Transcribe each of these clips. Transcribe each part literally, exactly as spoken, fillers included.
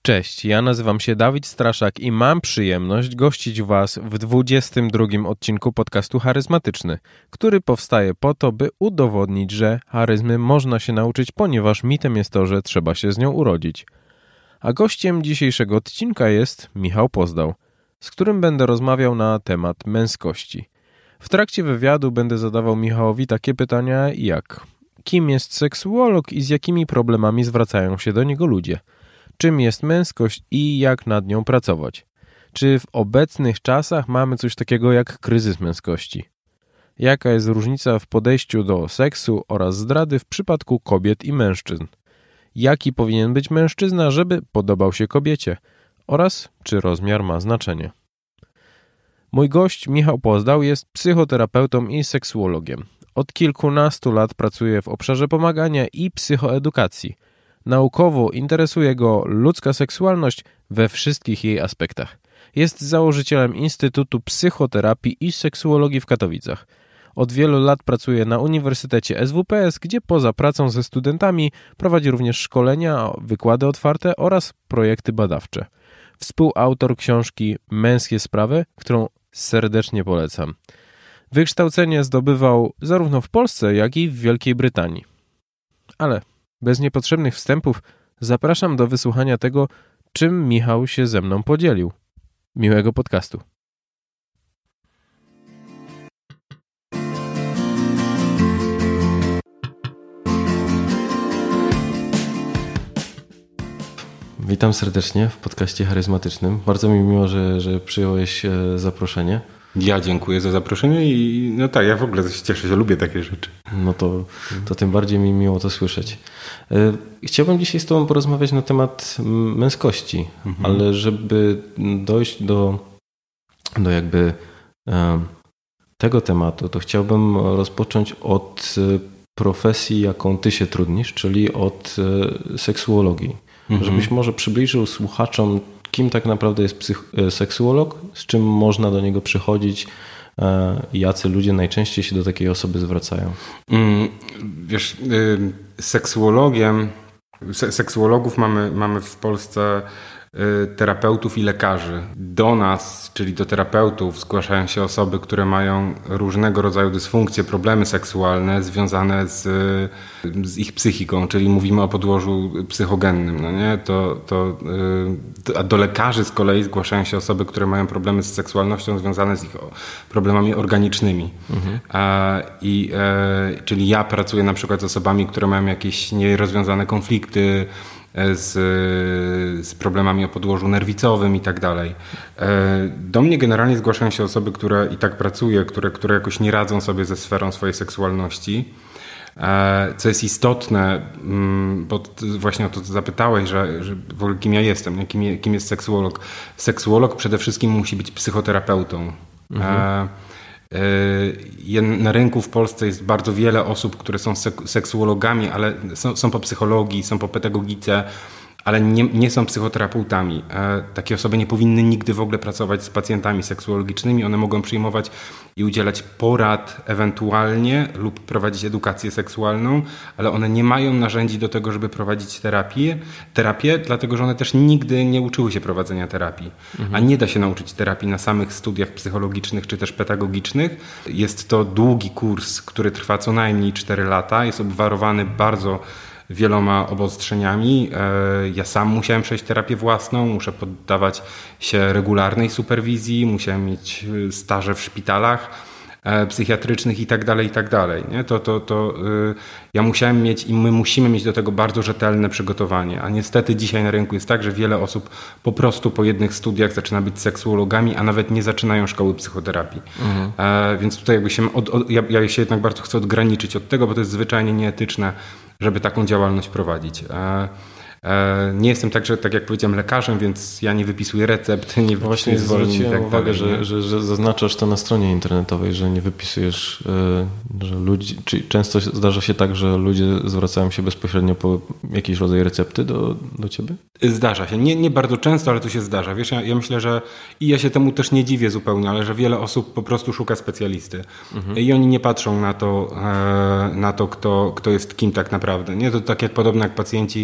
Cześć, ja nazywam się Dawid Straszak i mam przyjemność gościć Was w dwudziestym drugim odcinku podcastu Charyzmatyczny, który powstaje po to, by udowodnić, że charyzmy można się nauczyć, ponieważ mitem jest to, że trzeba się z nią urodzić. A gościem dzisiejszego odcinka jest Michał Pozdał, z którym będę rozmawiał na temat męskości. W trakcie wywiadu będę zadawał Michałowi takie pytania jak: kim jest seksuolog i z jakimi problemami zwracają się do niego ludzie? Czym jest męskość i jak nad nią pracować? Czy w obecnych czasach mamy coś takiego jak kryzys męskości? Jaka jest różnica w podejściu do seksu oraz zdrady w przypadku kobiet i mężczyzn? Jaki powinien być mężczyzna, żeby podobał się kobiecie? Oraz czy rozmiar ma znaczenie? Mój gość Michał Pozdał jest psychoterapeutą i seksuologiem. Od kilkunastu lat pracuje w obszarze pomagania i psychoedukacji. Naukowo interesuje go ludzka seksualność we wszystkich jej aspektach. Jest założycielem Instytutu Psychoterapii i Seksuologii w Katowicach. Od wielu lat pracuje na Uniwersytecie S W P S, gdzie poza pracą ze studentami prowadzi również szkolenia, wykłady otwarte oraz projekty badawcze. Współautor książki Męskie sprawy, którą serdecznie polecam. Wykształcenie zdobywał zarówno w Polsce, jak i w Wielkiej Brytanii. Ale bez niepotrzebnych wstępów zapraszam do wysłuchania tego, czym Michał się ze mną podzielił. Miłego podcastu. Witam serdecznie w podcaście charyzmatycznym. Bardzo mi miło, że, że przyjąłeś zaproszenie. Ja dziękuję za zaproszenie i no tak, ja w ogóle się cieszę, że lubię takie rzeczy. No to, to tym bardziej mi miło to słyszeć. Chciałbym dzisiaj z Tobą porozmawiać na temat męskości, mhm. ale żeby dojść do, do jakby tego tematu, to chciałbym rozpocząć od profesji, jaką Ty się trudnisz, czyli od seksuologii. Mhm. Żebyś może przybliżył słuchaczom, kim tak naprawdę jest psych- seksuolog, z czym można do niego przychodzić i jacy ludzie najczęściej się do takiej osoby zwracają. Mm, wiesz, seksuologiem, seksuologów mamy, mamy w Polsce terapeutów i lekarzy. Do nas, czyli do terapeutów, zgłaszają się osoby, które mają różnego rodzaju dysfunkcje, problemy seksualne związane z, z ich psychiką, czyli mówimy o podłożu psychogennym. No nie? To, to, a do lekarzy z kolei zgłaszają się osoby, które mają problemy z seksualnością związane z ich problemami organicznymi. Mhm. A, i, e, czyli ja pracuję na przykład z osobami, które mają jakieś nierozwiązane konflikty, Z, z problemami o podłożu nerwicowym i tak dalej. Do mnie generalnie zgłaszają się osoby, które i tak pracuję, które, które jakoś nie radzą sobie ze sferą swojej seksualności. Co jest istotne, bo właśnie o to zapytałeś, że, że w ogóle kim ja jestem, kim, kim jest seksuolog. Seksuolog przede wszystkim musi być psychoterapeutą. Mhm. Na rynku w Polsce jest bardzo wiele osób, które są seksuologami, ale są, są po psychologii, są po pedagogice, ale nie, nie są psychoterapeutami. Takie osoby nie powinny nigdy w ogóle pracować z pacjentami seksuologicznymi. One mogą przyjmować i udzielać porad ewentualnie lub prowadzić edukację seksualną, ale one nie mają narzędzi do tego, żeby prowadzić terapię, terapię dlatego że one też nigdy nie uczyły się prowadzenia terapii. Mhm. A nie da się nauczyć terapii na samych studiach psychologicznych czy też pedagogicznych. Jest to długi kurs, który trwa co najmniej cztery lata. Jest obwarowany bardzo wieloma obostrzeniami. Ja sam musiałem przejść terapię własną, muszę poddawać się regularnej superwizji, musiałem mieć staże w szpitalach psychiatrycznych i tak dalej, i tak dalej. Nie? To, to, to ja musiałem mieć i my musimy mieć do tego bardzo rzetelne przygotowanie. A niestety dzisiaj na rynku jest tak, że wiele osób po prostu po jednych studiach zaczyna być seksuologami, a nawet nie zaczynają szkoły psychoterapii. Mhm. E, więc tutaj jakby się od, od, ja, ja się jednak bardzo chcę odgraniczyć od tego, bo to jest zwyczajnie nieetyczne, żeby taką działalność prowadzić. E, Nie jestem także, tak jak powiedziałem, lekarzem, więc ja nie wypisuję recept, nie no właśnie zwróciłem tak uwagę, że, że, że zaznaczasz to na stronie internetowej, że nie wypisujesz, że ludzi, czy często zdarza się tak, że ludzie zwracają się bezpośrednio po jakiś rodzaj recepty do, do ciebie? Zdarza się. Nie, nie bardzo często, ale to się zdarza. Wiesz, ja, ja myślę, że i ja się temu też nie dziwię zupełnie, ale że wiele osób po prostu szuka specjalisty mhm. i oni nie patrzą na to, na to kto, kto jest kim tak naprawdę. Nie? To tak jak podobno jak pacjenci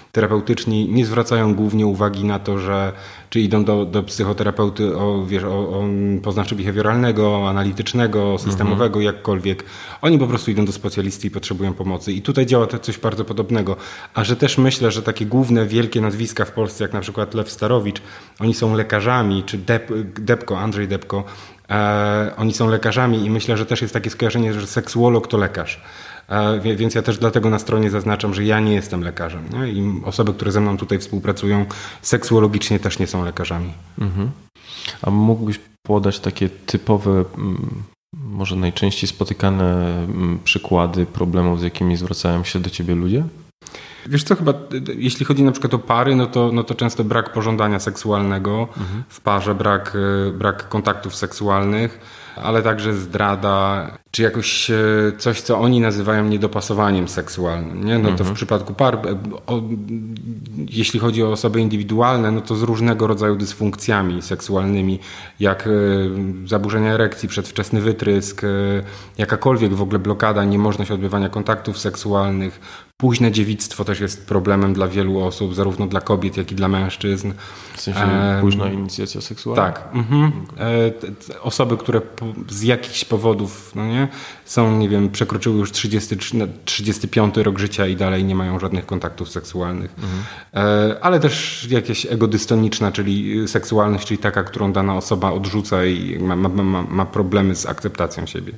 terapeutyczni nie zwracają głównie uwagi na to, że czy idą do, do psychoterapeuty o, wiesz, o, o poznawczo-behawioralnego, analitycznego, systemowego, mhm. jakkolwiek. Oni po prostu idą do specjalisty i potrzebują pomocy. I tutaj działa to coś bardzo podobnego. A że też myślę, że takie główne, wielkie nazwiska w Polsce, jak na przykład Lew Starowicz, oni są lekarzami, czy Dep, Depko, Andrzej Depko, e, oni są lekarzami i myślę, że też jest takie skojarzenie, że seksuolog to lekarz. E, więc ja też dlatego na stronie zaznaczam, że ja nie jestem lekarzem. Nie? I osoby, które ze mną tutaj współpracują seksuologicznie też nie są lekarzami. Mhm. A mógłbyś podać takie typowe, może najczęściej spotykane przykłady problemów, z jakimi zwracają się do ciebie ludzie? Wiesz co, chyba jeśli chodzi na przykład o pary, no to, no to często brak pożądania seksualnego mhm. w parze, brak, brak kontaktów seksualnych, ale także zdrada, czy jakoś coś, co oni nazywają niedopasowaniem seksualnym. Nie? No to mhm. w przypadku par, o, jeśli chodzi o osoby indywidualne, no to z różnego rodzaju dysfunkcjami seksualnymi, jak zaburzenia erekcji, przedwczesny wytrysk, jakakolwiek w ogóle blokada, niemożność odbywania kontaktów seksualnych. Późne dziewictwo też jest problemem dla wielu osób, zarówno dla kobiet, jak i dla mężczyzn. W sensie e, późna inicjacja seksualna? Tak. Mhm. E, te, osoby, które po, z jakichś powodów no nie, są, nie wiem, przekroczyły już trzydziesty, trzydziesty piąty rok życia i dalej nie mają żadnych kontaktów seksualnych. Mhm. E, ale też jakieś egodystoniczna, czyli seksualność, czyli taka, którą dana osoba odrzuca i ma, ma, ma, ma problemy z akceptacją siebie.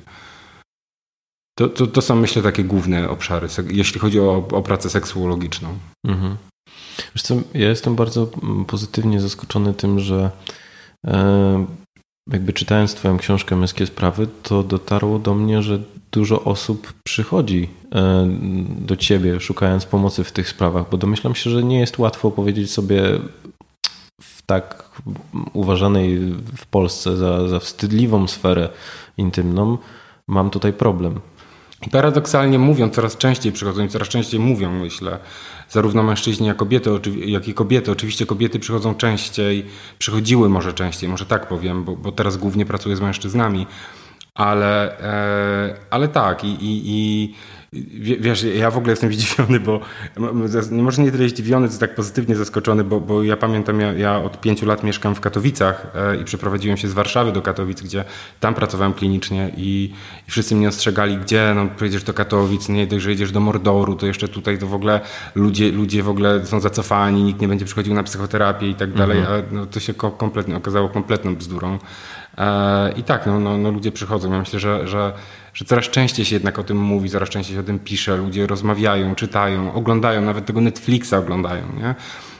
To, to, to są, myślę, takie główne obszary, jeśli chodzi o, o pracę seksuologiczną. Mhm. Wiesz co, ja jestem bardzo pozytywnie zaskoczony tym, że e, jakby czytając twoją książkę Męskie Sprawy, to dotarło do mnie, że dużo osób przychodzi e, do ciebie szukając pomocy w tych sprawach, bo domyślam się, że nie jest łatwo powiedzieć sobie w tak uważanej w Polsce za, za wstydliwą sferę intymną, mam tutaj problem. I paradoksalnie mówią, coraz częściej przychodzą i coraz częściej mówią, myślę, zarówno mężczyźni, jak, kobiety, jak i kobiety. Oczywiście kobiety przychodzą częściej, przychodziły może częściej, może tak powiem, bo, bo teraz głównie pracuję z mężczyznami, ale, e, ale tak i, i, i wiesz, ja w ogóle jestem zdziwiony, bo może nie tyle zdziwiony, co tak pozytywnie zaskoczony, bo, bo ja pamiętam, ja, ja od pięciu lat mieszkam w Katowicach i przeprowadziłem się z Warszawy do Katowic, gdzie tam pracowałem klinicznie i, i wszyscy mnie ostrzegali, gdzie no pojedziesz do Katowic, nie dość, że jedziesz do Mordoru, to jeszcze tutaj to w ogóle ludzie, ludzie w ogóle są zacofani, nikt nie będzie przychodził na psychoterapię i tak dalej, a no, to się kompletnie okazało kompletną bzdurą. I tak, no, no, no ludzie przychodzą. Ja myślę, że, że, że coraz częściej się jednak o tym mówi, coraz częściej się o tym pisze, ludzie rozmawiają, czytają, oglądają, nawet tego Netflixa oglądają, nie?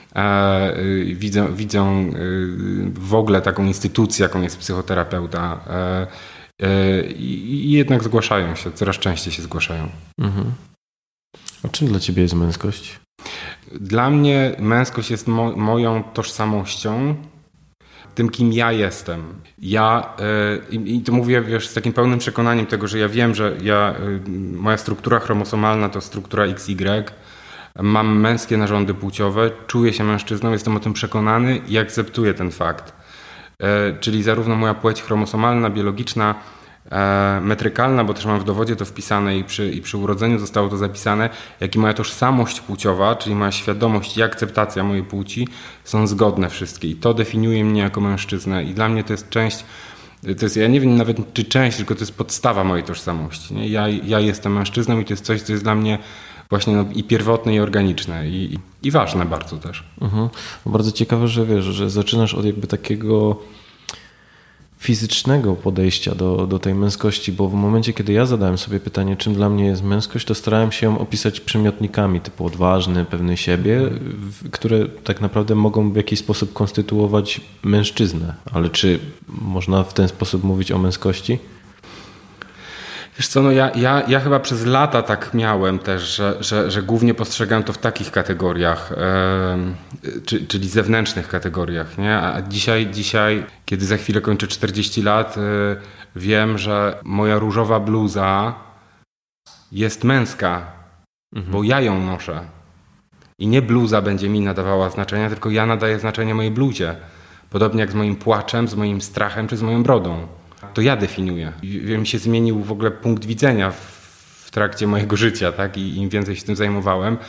E, widzą, widzą w ogóle taką instytucję, jaką jest psychoterapeuta e, e, i jednak zgłaszają się, coraz częściej się zgłaszają. Mhm. A czym dla ciebie jest męskość? Dla mnie męskość jest mo- moją tożsamością, tym, kim ja jestem. Ja, yy, i to mówię, wiesz, z takim pełnym przekonaniem tego, że ja wiem, że ja, yy, moja struktura chromosomalna to struktura X Y, mam męskie narządy płciowe, czuję się mężczyzną, jestem o tym przekonany i akceptuję ten fakt. Yy, czyli zarówno moja płeć chromosomalna, biologiczna, metrykalna, bo też mam w dowodzie to wpisane i przy, i przy urodzeniu zostało to zapisane, jak i moja tożsamość płciowa, czyli moja świadomość i akceptacja mojej płci są zgodne wszystkie i to definiuje mnie jako mężczyznę i dla mnie to jest część, to jest, ja nie wiem nawet czy część, tylko to jest podstawa mojej tożsamości. Nie? Ja, ja jestem mężczyzną i to jest coś, co jest dla mnie właśnie no, i pierwotne i organiczne i, i ważne bardzo też. Mhm. Bardzo ciekawe, że wiesz, że zaczynasz od jakby takiego fizycznego podejścia do, do tej męskości, bo w momencie, kiedy ja zadałem sobie pytanie, czym dla mnie jest męskość, to starałem się ją opisać przymiotnikami typu odważny, pewny siebie, które tak naprawdę mogą w jakiś sposób konstytuować mężczyznę. Ale czy można w ten sposób mówić o męskości? Wiesz co, no ja, ja, ja chyba przez lata tak miałem też, że, że, że głównie postrzegałem to w takich kategoriach, yy, czy, czyli zewnętrznych kategoriach, nie? A dzisiaj, dzisiaj, kiedy za chwilę kończę czterdzieści lat, yy, wiem, że moja różowa bluza jest męska, mhm. bo ja ją noszę. I nie bluza będzie mi nadawała znaczenia, tylko ja nadaję znaczenie mojej bluzie. Podobnie jak z moim płaczem, z moim strachem czy z moją brodą. To ja definiuję. Mi się zmienił w ogóle punkt widzenia w, w trakcie mojego życia, tak? I im więcej się tym zajmowałem,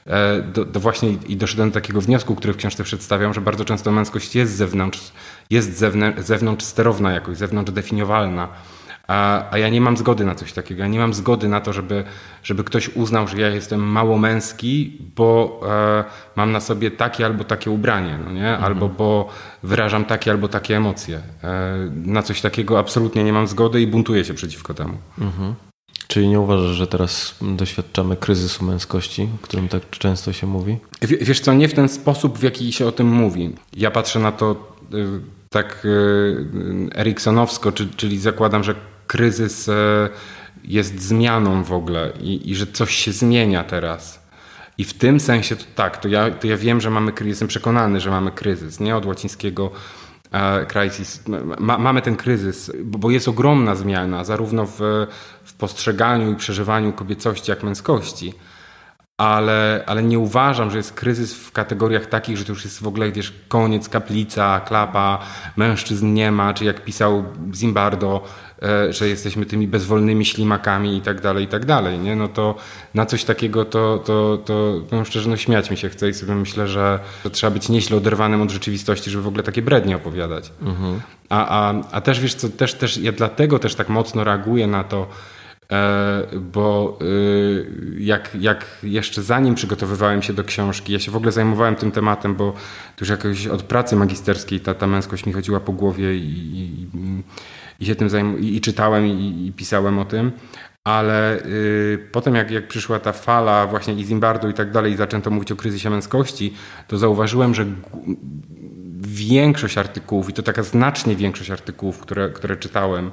do, do właśnie i doszedłem do takiego wniosku, który w książce przedstawiam, że bardzo często męskość jest z zewnątrz, jest zewnątrz, zewnątrz sterowna jakoś, zewnątrz definiowalna. A, a ja nie mam zgody na coś takiego. Ja nie mam zgody na to, żeby, żeby ktoś uznał, że ja jestem mało męski, bo e, mam na sobie takie albo takie ubranie, no nie? Albo mhm. bo wyrażam takie albo takie emocje. E, na coś takiego absolutnie nie mam zgody i buntuję się przeciwko temu. Mhm. Czyli nie uważasz, że teraz doświadczamy kryzysu męskości, o którym tak często się mówi? W, wiesz co, nie w ten sposób, w jaki się o tym mówi. Ja patrzę na to y, tak y, eriksonowsko, czy, czyli zakładam, że kryzys jest zmianą w ogóle i, i że coś się zmienia teraz. I w tym sensie to tak, to ja, to ja wiem, że mamy kryzys, jestem przekonany, że mamy kryzys, nie od łacińskiego e, crisis. Ma, mamy ten kryzys, bo, bo jest ogromna zmiana, zarówno w, w postrzeganiu i przeżywaniu kobiecości, jak męskości. Ale, ale nie uważam, że jest kryzys w kategoriach takich, że to już jest w ogóle, wiesz, koniec, kaplica, klapa, mężczyzn nie ma, czy jak pisał Zimbardo, e, że jesteśmy tymi bezwolnymi ślimakami i tak dalej, i tak dalej, nie? No to na coś takiego to, to, to powiem szczerze, no śmiać mi się chce i sobie myślę, że, że trzeba być nieźle oderwanym od rzeczywistości, żeby w ogóle takie brednie opowiadać. Mhm. A, a, a też, wiesz co, też, też ja dlatego też tak mocno reaguję na to, bo jak, jak jeszcze zanim przygotowywałem się do książki, ja się w ogóle zajmowałem tym tematem, bo to już jakoś od pracy magisterskiej ta, ta męskość mi chodziła po głowie i, i, i się tym zajm- i, i czytałem i, i pisałem o tym, ale y, potem jak, jak przyszła ta fala właśnie i Zimbardo i tak dalej i zaczęto mówić o kryzysie męskości, to zauważyłem, że g- większość artykułów i to taka znacznie większość artykułów, które, które czytałem,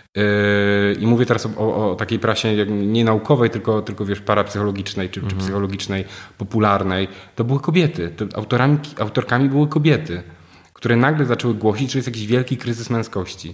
i mówię teraz o, o, o takiej prasie nie naukowej, tylko, tylko wiesz, parapsychologicznej czy, mhm. czy psychologicznej, popularnej. To były kobiety. To autorami, autorkami były kobiety, które nagle zaczęły głosić, że jest jakiś wielki kryzys męskości.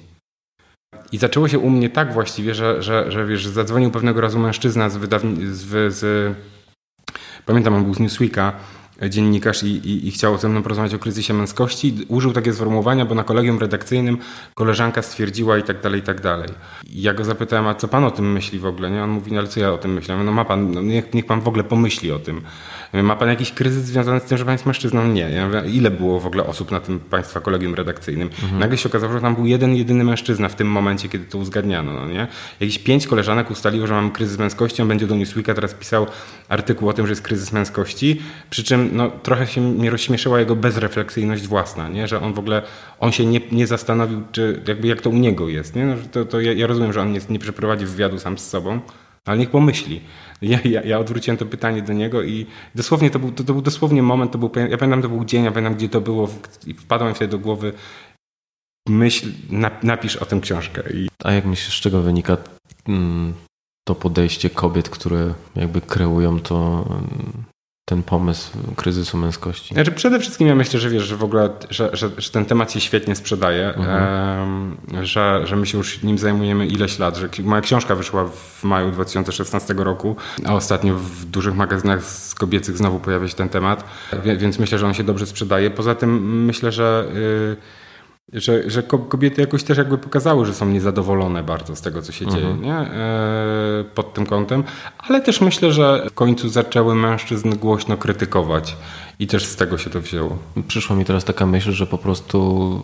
I zaczęło się u mnie tak właściwie, że, że, że wiesz, zadzwonił pewnego razu mężczyzna z wydawni... Z, z, pamiętam, on był z Newsweeka, dziennikarz i, i, i chciał ze mną porozmawiać o kryzysie męskości. Użył takie sformułowania, bo na kolegium redakcyjnym koleżanka stwierdziła i tak dalej, i tak dalej. I ja go zapytałem, a co pan o tym myśli w ogóle? Nie? On mówi, no ale co ja o tym myślę? No ma pan, no niech, niech pan w ogóle pomyśli o tym. Ma pan jakiś kryzys związany z tym, że pan jest mężczyzną? Nie. Ja mówię, ile było w ogóle osób na tym państwa kolegium redakcyjnym? Mhm. Nagle się okazało, że tam był jeden, jedyny mężczyzna w tym momencie, kiedy to uzgadniano. No nie? Jakieś pięć koleżanek ustaliło, że mamy kryzys męskości. On będzie do Newsweeka teraz pisał artykuł o tym, że jest kryzys męskości. Przy czym no, trochę się mnie rozśmieszyła jego bezrefleksyjność własna, nie? Że on w ogóle, on się nie, nie zastanowił, czy jakby jak to u niego jest. Nie? No, to, to ja, ja rozumiem, że on nie, nie przeprowadzi wywiadu sam z sobą, ale niech pomyśli. Ja, ja, ja odwróciłem to pytanie do niego i dosłownie to był, to, to był dosłownie moment, to był, ja pamiętam, to był dzień, ja pamiętam, gdzie to było i wpadła mi wtedy do głowy myśl, napisz o tym książkę. I... A jak myślisz, z czego wynika mm, to podejście kobiet, które jakby kreują to... ten pomysł kryzysu męskości? Znaczy przede wszystkim ja myślę, że wiesz, że w ogóle, że, że, że ten temat się świetnie sprzedaje, mhm. e, że, że my się już nim zajmujemy ileś lat, że moja książka wyszła w maju dwa tysiące szesnastego roku, a ostatnio w dużych magazynach z kobiecych znowu pojawia się ten temat, więc myślę, że on się dobrze sprzedaje. Poza tym myślę, że y, Że, że kobiety jakoś też jakby pokazały, że są niezadowolone bardzo z tego, co się dzieje, mhm. nie? E, pod tym kątem. Ale też myślę, że w końcu zaczęły mężczyzn głośno krytykować i też z tego się to wzięło. Przyszła mi teraz taka myśl, że po prostu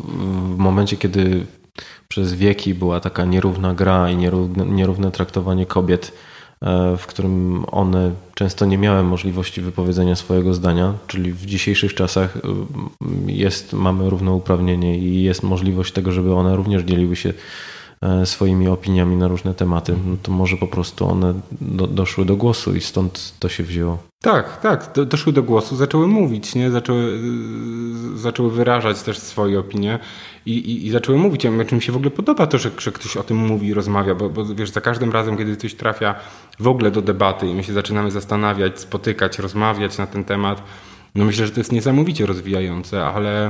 w momencie, kiedy przez wieki była taka nierówna gra i nierówne, nierówne traktowanie kobiet, w którym one często nie miały możliwości wypowiedzenia swojego zdania, czyli w dzisiejszych czasach jest, mamy równouprawnienie i jest możliwość tego, żeby one również dzieliły się swoimi opiniami na różne tematy, no to może po prostu one do, doszły do głosu i stąd to się wzięło. Tak, tak, do, doszły do głosu, zaczęły mówić, nie? Zaczęły, zaczęły wyrażać też swoje opinie i, i, i zaczęły mówić, a czym się w ogóle podoba to, że, że ktoś o tym mówi i rozmawia, bo, bo wiesz, za każdym razem, kiedy ktoś trafia w ogóle do debaty i my się zaczynamy zastanawiać, spotykać, rozmawiać na ten temat, no myślę, że to jest niesamowicie rozwijające, ale...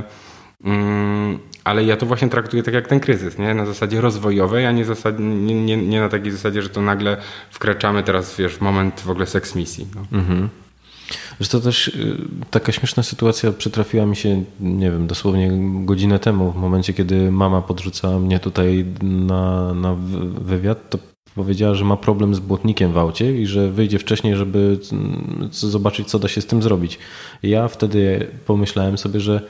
Mm, ale ja to właśnie traktuję tak jak ten kryzys, nie? Na zasadzie rozwojowej, a nie, zasad, nie, nie, nie na takiej zasadzie, że to nagle wkraczamy teraz, wiesz, w moment w ogóle seks misji. No. Mhm. Zresztą też taka śmieszna sytuacja przytrafiła mi się, nie wiem, dosłownie godzinę temu, w momencie, kiedy mama podrzucała mnie tutaj na, na wywiad, to powiedziała, że ma problem z błotnikiem w aucie i że wyjdzie wcześniej, żeby zobaczyć, co da się z tym zrobić. I ja wtedy pomyślałem sobie, że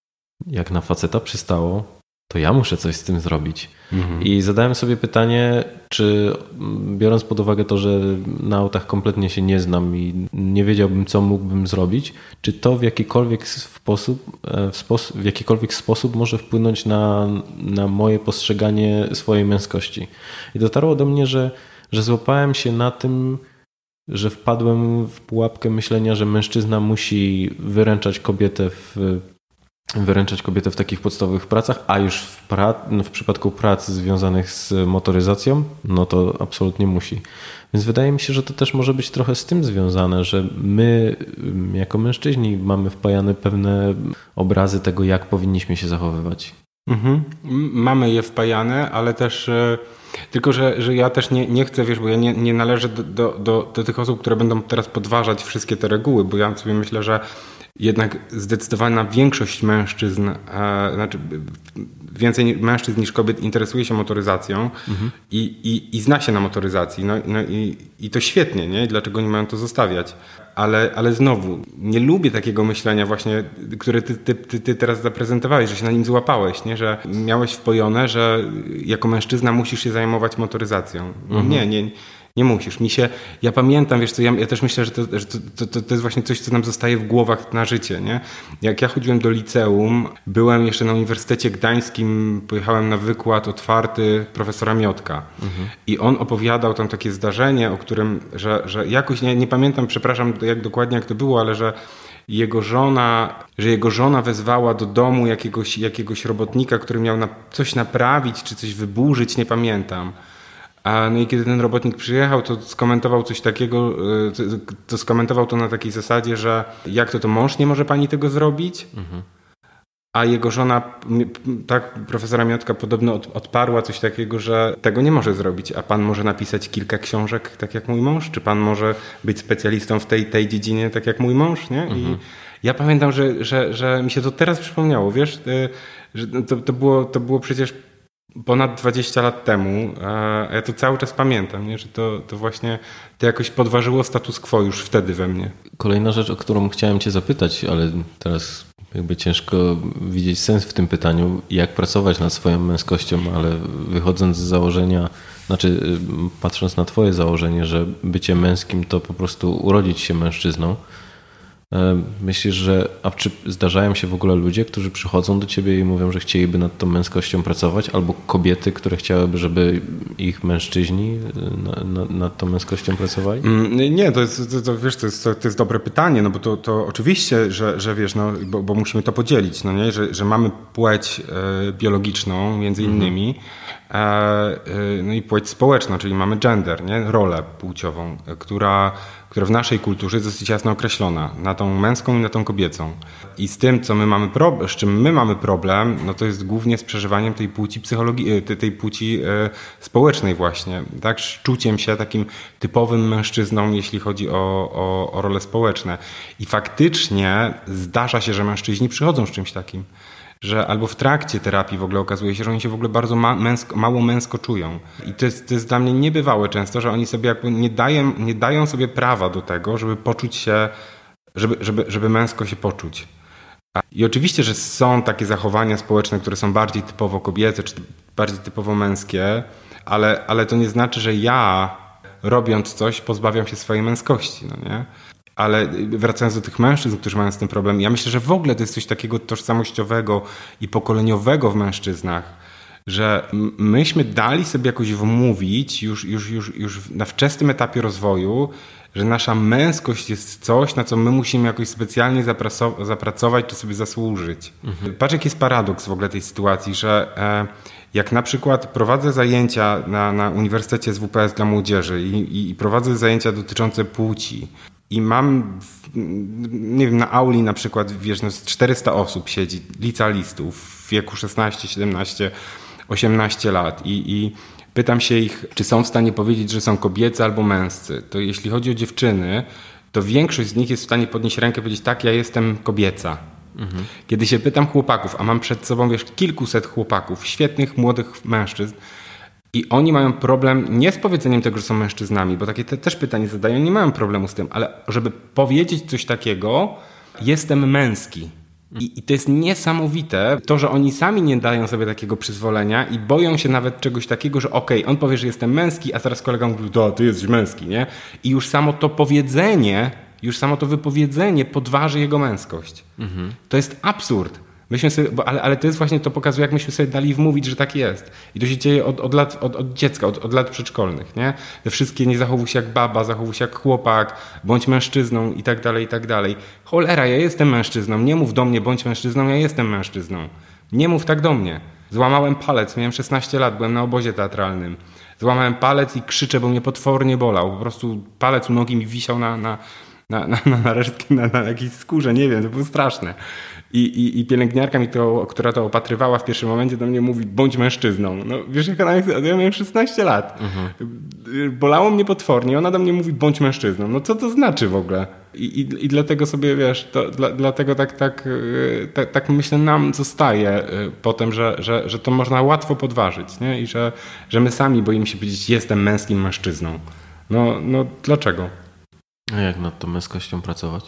jak na faceta przystało, to ja muszę coś z tym zrobić. Mhm. I zadałem sobie pytanie, czy biorąc pod uwagę to, że na autach kompletnie się nie znam i nie wiedziałbym, co mógłbym zrobić, czy to w jakikolwiek sposób, w, sposób, w jakikolwiek sposób może wpłynąć na, na moje postrzeganie swojej męskości. I dotarło do mnie, że, że złapałem się na tym, że wpadłem w pułapkę myślenia, że mężczyzna musi wyręczać kobietę w wyręczać kobietę w takich podstawowych pracach, a już w, pra- w przypadku prac związanych z motoryzacją, no to absolutnie musi. Więc wydaje mi się, że to też może być trochę z tym związane, że my jako mężczyźni mamy wpajane pewne obrazy tego, jak powinniśmy się zachowywać. Mhm. Mamy je wpajane, ale też tylko, że, że ja też nie, nie chcę, wiesz, bo ja nie, nie należę do, do, do, do tych osób, które będą teraz podważać wszystkie te reguły, bo ja sobie myślę, że jednak zdecydowana większość mężczyzn, e, znaczy więcej mężczyzn niż kobiet interesuje się motoryzacją mhm. i, i, i zna się na motoryzacji. No, no i, i to świetnie, nie? Dlaczego nie mają to zostawiać? Ale, ale znowu, nie lubię takiego myślenia właśnie, które ty, ty, ty, ty teraz zaprezentowałeś, że się na nim złapałeś, nie? Że miałeś wpojone, że jako mężczyzna musisz się zajmować motoryzacją. Mhm. Nie, nie. Nie musisz. Mi się, ja pamiętam, wiesz co, ja, ja też myślę, że, to, że to, to, to jest właśnie coś, co nam zostaje w głowach na życie, nie? Jak ja chodziłem do liceum, byłem jeszcze na Uniwersytecie Gdańskim, pojechałem na wykład otwarty profesora Miotka mhm. i on opowiadał tam takie zdarzenie, o którym, że, że jakoś, nie, nie pamiętam, przepraszam, jak dokładnie jak to było, ale że jego żona, że jego żona wezwała do domu jakiegoś, jakiegoś robotnika, który miał na, coś naprawić, czy coś wyburzyć, nie pamiętam. A no i kiedy ten robotnik przyjechał, to skomentował coś takiego, to skomentował to na takiej zasadzie, że jak to to mąż nie może pani tego zrobić? Mhm. A jego żona, tak, profesora Miotka podobno odparła coś takiego, że tego nie może zrobić. A pan może napisać kilka książek, tak jak mój mąż? Czy pan może być specjalistą w tej, tej dziedzinie, tak jak mój mąż? Nie? Mhm. I ja pamiętam, że, że, że mi się to teraz przypomniało, wiesz, że to, to, było, to było przecież ponad dwadzieścia lat temu, a ja to cały czas pamiętam, nie? Że to, to właśnie to jakoś podważyło status quo już wtedy we mnie. Kolejna rzecz, o którą chciałem cię zapytać, ale teraz jakby ciężko widzieć sens w tym pytaniu, jak pracować nad swoją męskością, ale wychodząc z założenia, znaczy patrząc na twoje założenie, że bycie męskim to po prostu urodzić się mężczyzną, myślisz, że a czy zdarzają się w ogóle ludzie, którzy przychodzą do ciebie i mówią, że chcieliby nad tą męskością pracować, albo kobiety, które chciałyby, żeby ich mężczyźni na, na, nad tą męskością pracowali? Nie, to jest, to, to, wiesz, to jest, to jest dobre pytanie, no bo to, to oczywiście, że, że wiesz, no, bo, bo musimy to podzielić, no nie, że, że mamy płeć e, biologiczną między innymi, e, e, no i płeć społeczną, czyli mamy gender, nie, rolę płciową, która która w naszej kulturze jest dosyć jasno określona, na tą męską i na tą kobiecą. I z tym, co my mamy problem, z czym my mamy problem, no to jest głównie z przeżywaniem tej płci psychologii, tej płci e, społecznej właśnie, tak, z czuciem się takim typowym mężczyzną, jeśli chodzi o, o, o role społeczne. I faktycznie zdarza się, że mężczyźni przychodzą z czymś takim, że albo w trakcie terapii w ogóle okazuje się, że oni się w ogóle bardzo ma, męsko, mało męsko czują. I to jest, to jest dla mnie niebywałe często, że oni sobie jakby nie dają, nie dają sobie prawa do tego, żeby poczuć się, żeby, żeby, żeby męsko się poczuć. I oczywiście, że są takie zachowania społeczne, które są bardziej typowo kobiece, czy bardziej typowo męskie, ale, ale to nie znaczy, że ja robiąc coś pozbawiam się swojej męskości, no nie? Ale wracając do tych mężczyzn, którzy mają z tym problem, ja myślę, że w ogóle to jest coś takiego tożsamościowego i pokoleniowego w mężczyznach, że myśmy dali sobie jakoś wmówić już, już, już, już na wczesnym etapie rozwoju, że nasza męskość jest coś, na co my musimy jakoś specjalnie zapracować czy sobie zasłużyć. Mhm. Patrz, jaki jest paradoks w ogóle tej sytuacji, że e, jak na przykład prowadzę zajęcia na, na Uniwersytecie S W P S dla młodzieży i, i, i prowadzę zajęcia dotyczące płci, i mam, nie wiem, na auli na przykład, wiesz, no z czterysta osób siedzi, licealistów w wieku szesnaście, siedemnaście, osiemnaście lat i, i pytam się ich, czy są w stanie powiedzieć, że są kobiecy albo męscy. To jeśli chodzi o dziewczyny, to większość z nich jest w stanie podnieść rękę i powiedzieć, tak, ja jestem kobieca. Mhm. Kiedy się pytam chłopaków, a mam przed sobą, wiesz, kilkuset chłopaków, świetnych, młodych mężczyzn, I oni mają problem nie z powiedzeniem tego, że są mężczyznami, bo takie te, też pytanie zadają, nie mają problemu z tym, ale żeby powiedzieć coś takiego, jestem męski. I, I to jest niesamowite, to, że oni sami nie dają sobie takiego przyzwolenia i boją się nawet czegoś takiego, że okej, okay, on powie, że jestem męski, a zaraz kolega mówi, to ty jesteś męski, nie? I już samo to powiedzenie, już samo to wypowiedzenie podważy jego męskość. Mhm. To jest absurd. Myśmy sobie, bo, ale, ale to jest właśnie, to pokazuje, jak myśmy sobie dali wmówić, że tak jest. I to się dzieje od, od, lat, od, od dziecka, od, od lat przedszkolnych, nie? Te wszystkie nie zachowuj się jak baba, zachowuj się jak chłopak, bądź mężczyzną i tak dalej, i tak dalej. Cholera, ja jestem mężczyzną, nie mów do mnie, bądź mężczyzną, ja jestem mężczyzną. Nie mów tak do mnie. Złamałem palec, miałem szesnaście lat, byłem na obozie teatralnym. Złamałem palec i krzyczę, bo mnie potwornie bolał. Po prostu palec u nogi mi wisiał na, na, na, na, na resztkę, na, na jakiejś skórze, nie wiem, to było straszne. I, i, i pielęgniarka mi to, która to opatrywała w pierwszym momencie, do mnie mówi, bądź mężczyzną. No wiesz, jak ona, ja miałem szesnaście lat. Mhm. Bolało mnie potwornie, ona do mnie mówi, bądź mężczyzną. No co to znaczy w ogóle? I, i, i dlatego sobie, wiesz, to, dla, dlatego tak, tak, tak, tak myślę, nam zostaje potem, że, że, że to można łatwo podważyć, nie? I że, że my sami boimy się powiedzieć, jestem męskim mężczyzną. No, no dlaczego? A jak nad tą męskością pracować?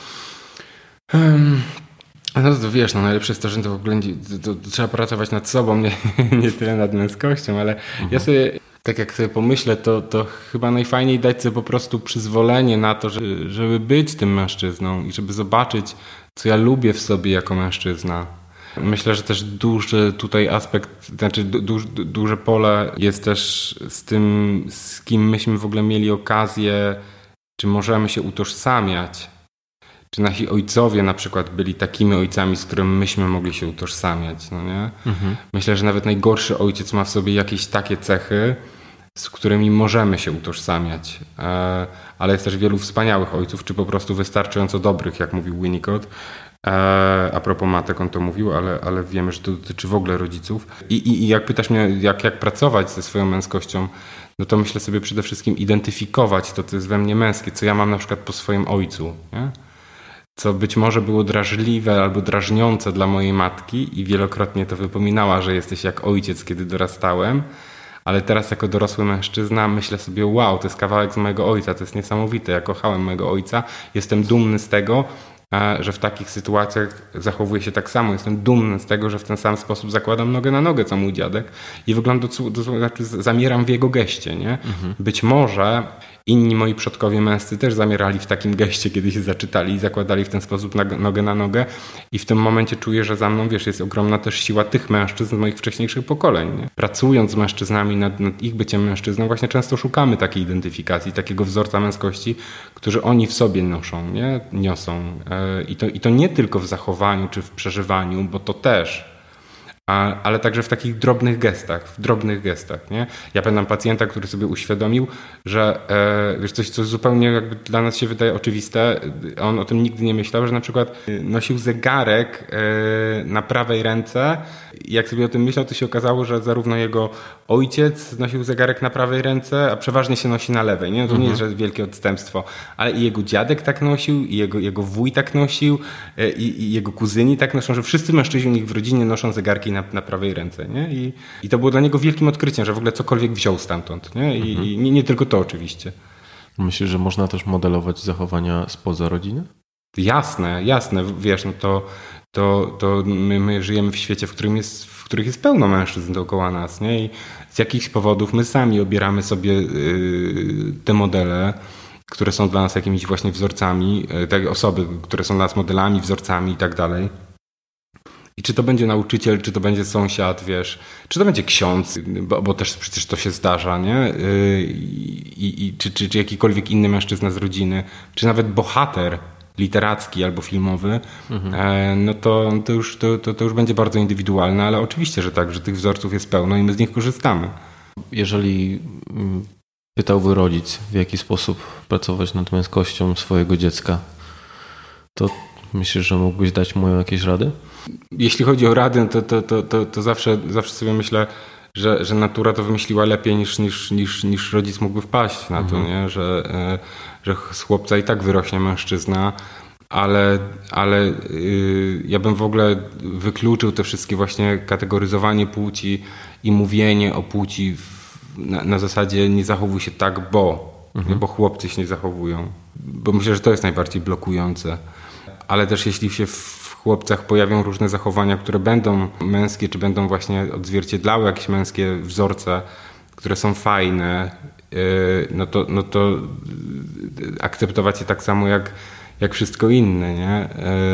Um, No to wiesz, no najlepsze jest to, że to w ogóle to, to trzeba pracować nad sobą, nie, nie tyle nad męskością, ale mhm. ja sobie, tak jak sobie pomyślę, to, to chyba najfajniej dać sobie po prostu przyzwolenie na to, że, żeby być tym mężczyzną i żeby zobaczyć, co ja lubię w sobie jako mężczyzna. Myślę, że też duży tutaj aspekt, znaczy duż, duże pole jest też z tym, z kim myśmy w ogóle mieli okazję, czy możemy się utożsamiać. Czy nasi ojcowie na przykład byli takimi ojcami, z którymi myśmy mogli się utożsamiać, no nie? Mhm. Myślę, że nawet najgorszy ojciec ma w sobie jakieś takie cechy, z którymi możemy się utożsamiać. E, ale jest też wielu wspaniałych ojców, czy po prostu wystarczająco dobrych, jak mówił Winnicott. E, a propos matek on to mówił, ale, ale wiemy, że to dotyczy w ogóle rodziców. I, i, i jak pytasz mnie, jak, jak pracować ze swoją męskością, no to myślę sobie przede wszystkim identyfikować to, co jest we mnie męskie, co ja mam na przykład po swoim ojcu, nie? Co być może było drażliwe albo drażniące dla mojej matki i wielokrotnie to wypominała, że jesteś jak ojciec, kiedy dorastałem, ale teraz jako dorosły mężczyzna myślę sobie, wow, to jest kawałek z mojego ojca, to jest niesamowite, ja kochałem mojego ojca, jestem dumny z tego, że w takich sytuacjach zachowuję się tak samo. Jestem dumny z tego, że w ten sam sposób zakładam nogę na nogę, co mój dziadek i wygląda, to znaczy zamieram w jego geście, nie? Mhm. Być może inni moi przodkowie męscy też zamierali w takim geście, kiedy się zaczytali i zakładali w ten sposób nogę na nogę i w tym momencie czuję, że za mną, wiesz, jest ogromna też siła tych mężczyzn z moich wcześniejszych pokoleń. Nie? Pracując z mężczyznami nad, nad ich byciem mężczyzną, właśnie często szukamy takiej identyfikacji, takiego wzorca męskości, który oni w sobie noszą, nie? Niosą. I to, I to nie tylko w zachowaniu czy w przeżywaniu, bo to też, ale także w takich drobnych gestach, w drobnych gestach, nie? Ja pamiętam pacjenta, który sobie uświadomił, że e, wiesz, coś, co zupełnie jakby dla nas się wydaje oczywiste, on o tym nigdy nie myślał, że na przykład nosił zegarek e, na prawej ręce. Jak sobie o tym myślał, to się okazało, że zarówno jego ojciec nosił zegarek na prawej ręce, a przeważnie się nosi na lewej, nie? No to mhm. nie jest że wielkie odstępstwo, ale i jego dziadek tak nosił, i jego, jego wuj tak nosił, e, i, i jego kuzyni tak noszą, że wszyscy mężczyźni u nich w rodzinie noszą zegarki na, na prawej ręce, nie? I, I to było dla niego wielkim odkryciem, że w ogóle cokolwiek wziął stamtąd, nie? I, mhm. i nie, nie tylko to oczywiście. Myślisz, że można też modelować zachowania spoza rodziny? Jasne, jasne. Wiesz, no to, to, to my, my żyjemy w świecie, w którym jest, w których jest pełno mężczyzn dookoła nas, nie? I z jakichś powodów my sami obieramy sobie yy, te modele, które są dla nas jakimiś właśnie wzorcami, yy, te osoby, które są dla nas modelami, wzorcami i tak dalej. I czy to będzie nauczyciel, czy to będzie sąsiad, wiesz, czy to będzie ksiądz, bo, bo też przecież to się zdarza, nie? I, i, czy, czy, czy jakikolwiek inny mężczyzna z rodziny, czy nawet bohater literacki albo filmowy, mhm. no to, to, już, to, to, to już będzie bardzo indywidualne, ale oczywiście, że tak, że tych wzorców jest pełno i my z nich korzystamy. Jeżeli pytałby rodzic, w jaki sposób pracować nad męskością swojego dziecka, to myślisz, że mógłbyś dać mu jakieś rady? Jeśli chodzi o rady, to, to, to, to, to zawsze, zawsze sobie myślę, że, że natura to wymyśliła lepiej niż, niż, niż, niż rodzic mógłby wpaść na to, mhm. nie? Że, że z chłopca i tak wyrośnie mężczyzna, ale, ale yy, ja bym w ogóle wykluczył te wszystkie właśnie kategoryzowanie płci i mówienie o płci w, na, na zasadzie nie zachowuj się tak, bo, mhm. bo chłopcy się nie zachowują. Bo myślę, że to jest najbardziej blokujące. Ale też jeśli się w chłopcach pojawią różne zachowania, które będą męskie, czy będą właśnie odzwierciedlały jakieś męskie wzorce, które są fajne, no to, no to akceptować je tak samo jak, jak wszystko inne, nie?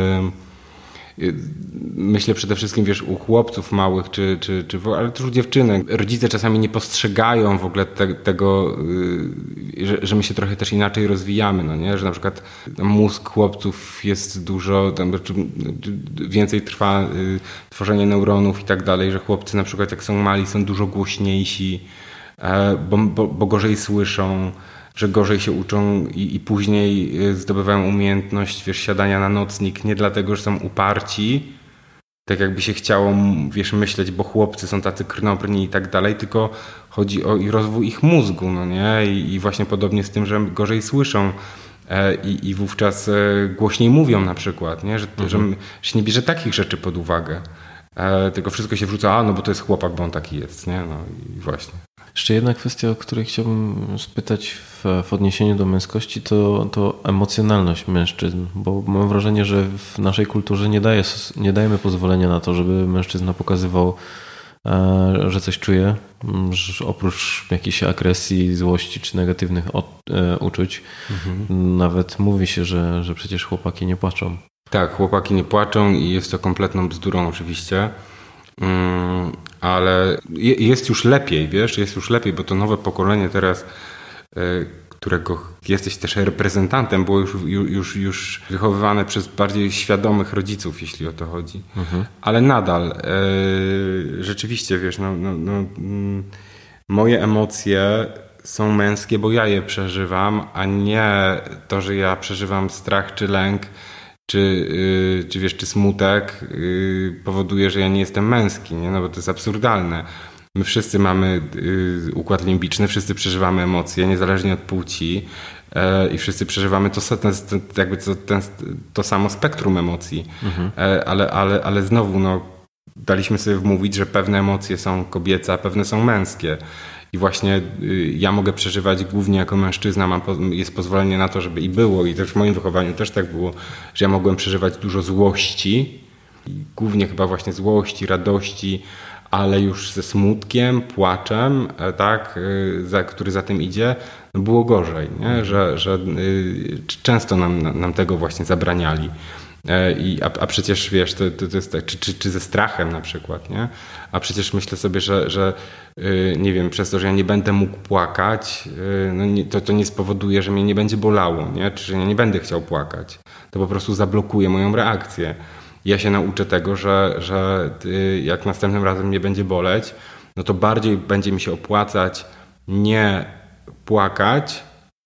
Myślę przede wszystkim, wiesz, u chłopców małych, czy, czy, czy, ale też u dziewczynek. Rodzice czasami nie postrzegają w ogóle te, tego, że, że my się trochę też inaczej rozwijamy, no nie? Że na przykład mózg chłopców jest dużo, tam, więcej trwa tworzenie neuronów i tak dalej, że chłopcy na przykład jak są mali, są dużo głośniejsi, bo, bo, bo gorzej słyszą, że gorzej się uczą i, i później zdobywają umiejętność, wiesz, siadania na nocnik, nie dlatego, że są uparci, tak jakby się chciało, wiesz, myśleć, bo chłopcy są tacy krnobrni i tak dalej, tylko chodzi o rozwój ich mózgu, no nie? I, i właśnie podobnie z tym, że gorzej słyszą e, i, i wówczas e, głośniej mówią na przykład, nie? Że, mhm. że, że się nie bierze takich rzeczy pod uwagę, e, tylko wszystko się wrzuca, a no bo to jest chłopak, bo on taki jest, nie? No i właśnie. Jeszcze jedna kwestia, o której chciałbym spytać w, w odniesieniu do męskości, to, to emocjonalność mężczyzn, bo mam wrażenie, że w naszej kulturze nie, daje, nie dajemy pozwolenia na to, żeby mężczyzna pokazywał, że coś czuje, że oprócz jakiejś agresji, złości czy negatywnych od, uczuć. Mhm. Nawet mówi się, że, że przecież chłopaki nie płaczą. Tak, chłopaki nie płaczą i jest to kompletną bzdurą oczywiście. Hmm, ale jest już lepiej, wiesz, jest już lepiej, bo to nowe pokolenie teraz, którego jesteś też reprezentantem, było już, już, już wychowywane przez bardziej świadomych rodziców, jeśli o to chodzi. Mhm. Ale nadal e, rzeczywiście, wiesz, no, no, no, moje emocje są męskie, bo ja je przeżywam, a nie to, że ja przeżywam strach czy lęk, Czy, yy, czy wiesz, czy smutek yy, powoduje, że ja nie jestem męski, nie? No bo to jest absurdalne. My wszyscy mamy yy, układ limbiczny, wszyscy przeżywamy emocje, niezależnie od płci yy, i wszyscy przeżywamy to, ten, jakby to, ten, to samo spektrum emocji. Mhm. Yy, ale, ale, ale znowu no, daliśmy sobie wmówić, że pewne emocje są kobiece, a pewne są męskie. I właśnie ja mogę przeżywać głównie jako mężczyzna, mam, jest pozwolenie na to, żeby i było, i też w moim wychowaniu też tak było, że ja mogłem przeżywać dużo złości, głównie chyba właśnie złości, radości, ale już ze smutkiem, płaczem, tak, za, który za tym idzie, było gorzej, nie? Że, że często nam, nam tego właśnie zabraniali. I, a, a przecież wiesz, to, to, to jest tak, czy, czy, czy ze strachem na przykład, nie? A przecież myślę sobie, że, że yy, nie wiem, przez to, że ja nie będę mógł płakać, yy, no nie, to, to nie spowoduje, że mnie nie będzie bolało, nie? Czy że ja nie będę chciał płakać. To po prostu zablokuje moją reakcję. Ja się nauczę tego, że, że yy, jak następnym razem mnie będzie boleć, no to bardziej będzie mi się opłacać nie płakać,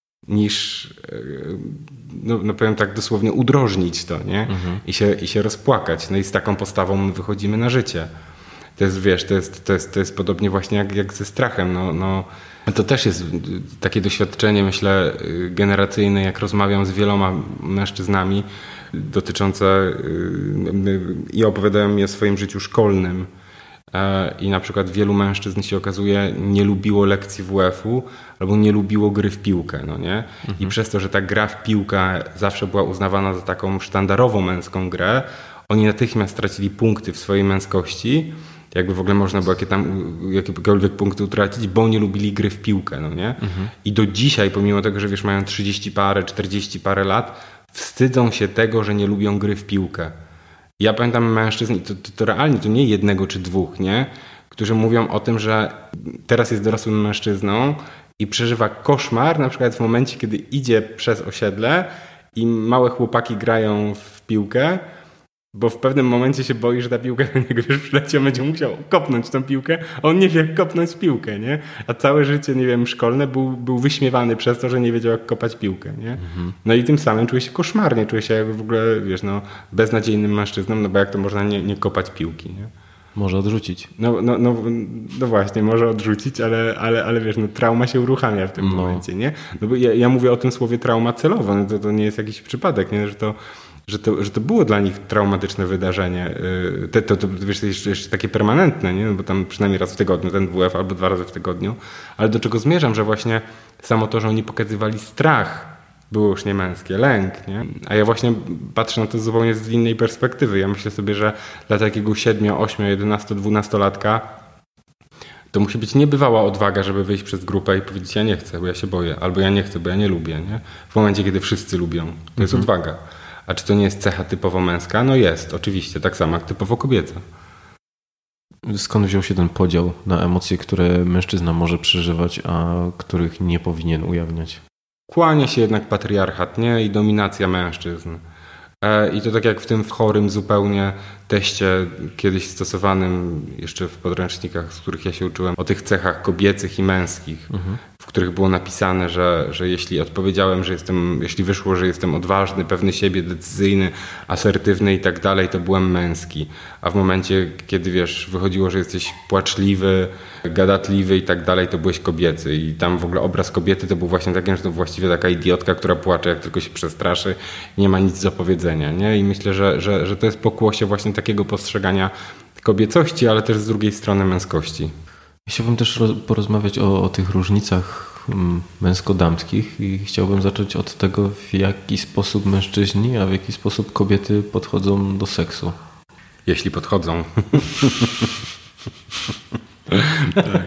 niż yy, No, no powiem tak dosłownie udrożnić to, nie? Mhm. I, się, i się rozpłakać. No i z taką postawą my wychodzimy na życie. To jest, wiesz, to jest, to jest, to jest podobnie właśnie jak, jak ze strachem. No, no, to też jest takie doświadczenie, myślę, generacyjne, jak rozmawiam z wieloma mężczyznami dotyczące i opowiadają mi o swoim życiu szkolnym. I na przykład wielu mężczyzn się okazuje nie lubiło lekcji W F-u albo nie lubiło gry w piłkę, no nie? Mhm. I przez to, że ta gra w piłkę zawsze była uznawana za taką sztandarową męską grę, oni natychmiast stracili punkty w swojej męskości, jakby w ogóle można było jakie tam, jakiekolwiek punkty utracić, bo nie lubili gry w piłkę, no nie? Mhm. I do dzisiaj, pomimo tego, że wiesz, mają trzydzieści parę, czterdzieści parę lat, wstydzą się tego, że nie lubią gry w piłkę. Ja pamiętam mężczyzn, to, to, to realnie, to nie jednego czy dwóch, nie? Którzy mówią o tym, że teraz jest dorosłym mężczyzną i przeżywa koszmar, na przykład w momencie, kiedy idzie przez osiedle i małe chłopaki grają w piłkę, bo w pewnym momencie się boi, że ta piłka do niego już przyleci, on będzie musiał kopnąć tą piłkę, a on nie wie, jak kopnąć piłkę, nie? A całe życie, nie wiem, szkolne był, był wyśmiewany przez to, że nie wiedział, jak kopać piłkę, nie? Mhm. No i tym samym czuje się koszmarnie, czuje się jakby w ogóle, wiesz, no, beznadziejnym mężczyzną, no bo jak to można nie, nie kopać piłki, nie? Może odrzucić. No, no, no, no właśnie, może odrzucić, ale, ale, ale wiesz, no, trauma się uruchamia w tym no. momencie, nie? No bo ja, ja mówię o tym słowie trauma celowo, no to, to nie jest jakiś przypadek, nie? Że to że to, że to było dla nich traumatyczne wydarzenie. To, to, to wiesz, jeszcze, jeszcze takie permanentne, nie? No bo tam przynajmniej raz w tygodniu ten W F albo dwa razy w tygodniu. Ale do czego zmierzam, że właśnie samo to, że oni pokazywali strach, było już niemęskie, lęk, nie? A ja właśnie patrzę na to zupełnie z innej perspektywy. Ja myślę sobie, że dla takiego siedmiu, ośmiu, jedenastu, dwunastolatka to musi być niebywała odwaga, żeby wyjść przez grupę i powiedzieć: ja nie chcę, bo ja się boję, albo ja nie chcę, bo ja nie lubię, nie? W momencie, kiedy wszyscy lubią. To jest mhm. odwaga. A czy to nie jest cecha typowo męska? No jest, oczywiście, tak samo jak typowo kobieca. Skąd wziął się ten podział na emocje, które mężczyzna może przeżywać, a których nie powinien ujawniać? Kłania się jednak patriarchat, nie? I dominacja mężczyzn. I to tak jak w tym chorym zupełnie teście kiedyś stosowanym jeszcze w podręcznikach, z których ja się uczyłem, o tych cechach kobiecych i męskich, mhm. w których było napisane, że, że jeśli odpowiedziałem, że jestem, jeśli wyszło, że jestem odważny, pewny siebie, decyzyjny, asertywny i tak dalej, to byłem męski. A w momencie, kiedy wiesz, wychodziło, że jesteś płaczliwy, gadatliwy i tak dalej, to byłeś kobiecy. I tam w ogóle obraz kobiety to był właśnie taki, że to właściwie taka idiotka, która płacze, jak tylko się przestraszy, nie ma nic do powiedzenia, nie? I myślę, że, że, że to jest pokłosie właśnie takiego postrzegania kobiecości, ale też z drugiej strony męskości. Chciałbym też porozmawiać o, o tych różnicach męsko-damskich i chciałbym zacząć od tego, w jaki sposób mężczyźni, a w jaki sposób kobiety podchodzą do seksu. Jeśli podchodzą. Tak.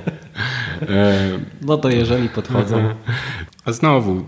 No to jeżeli podchodzą. A znowu,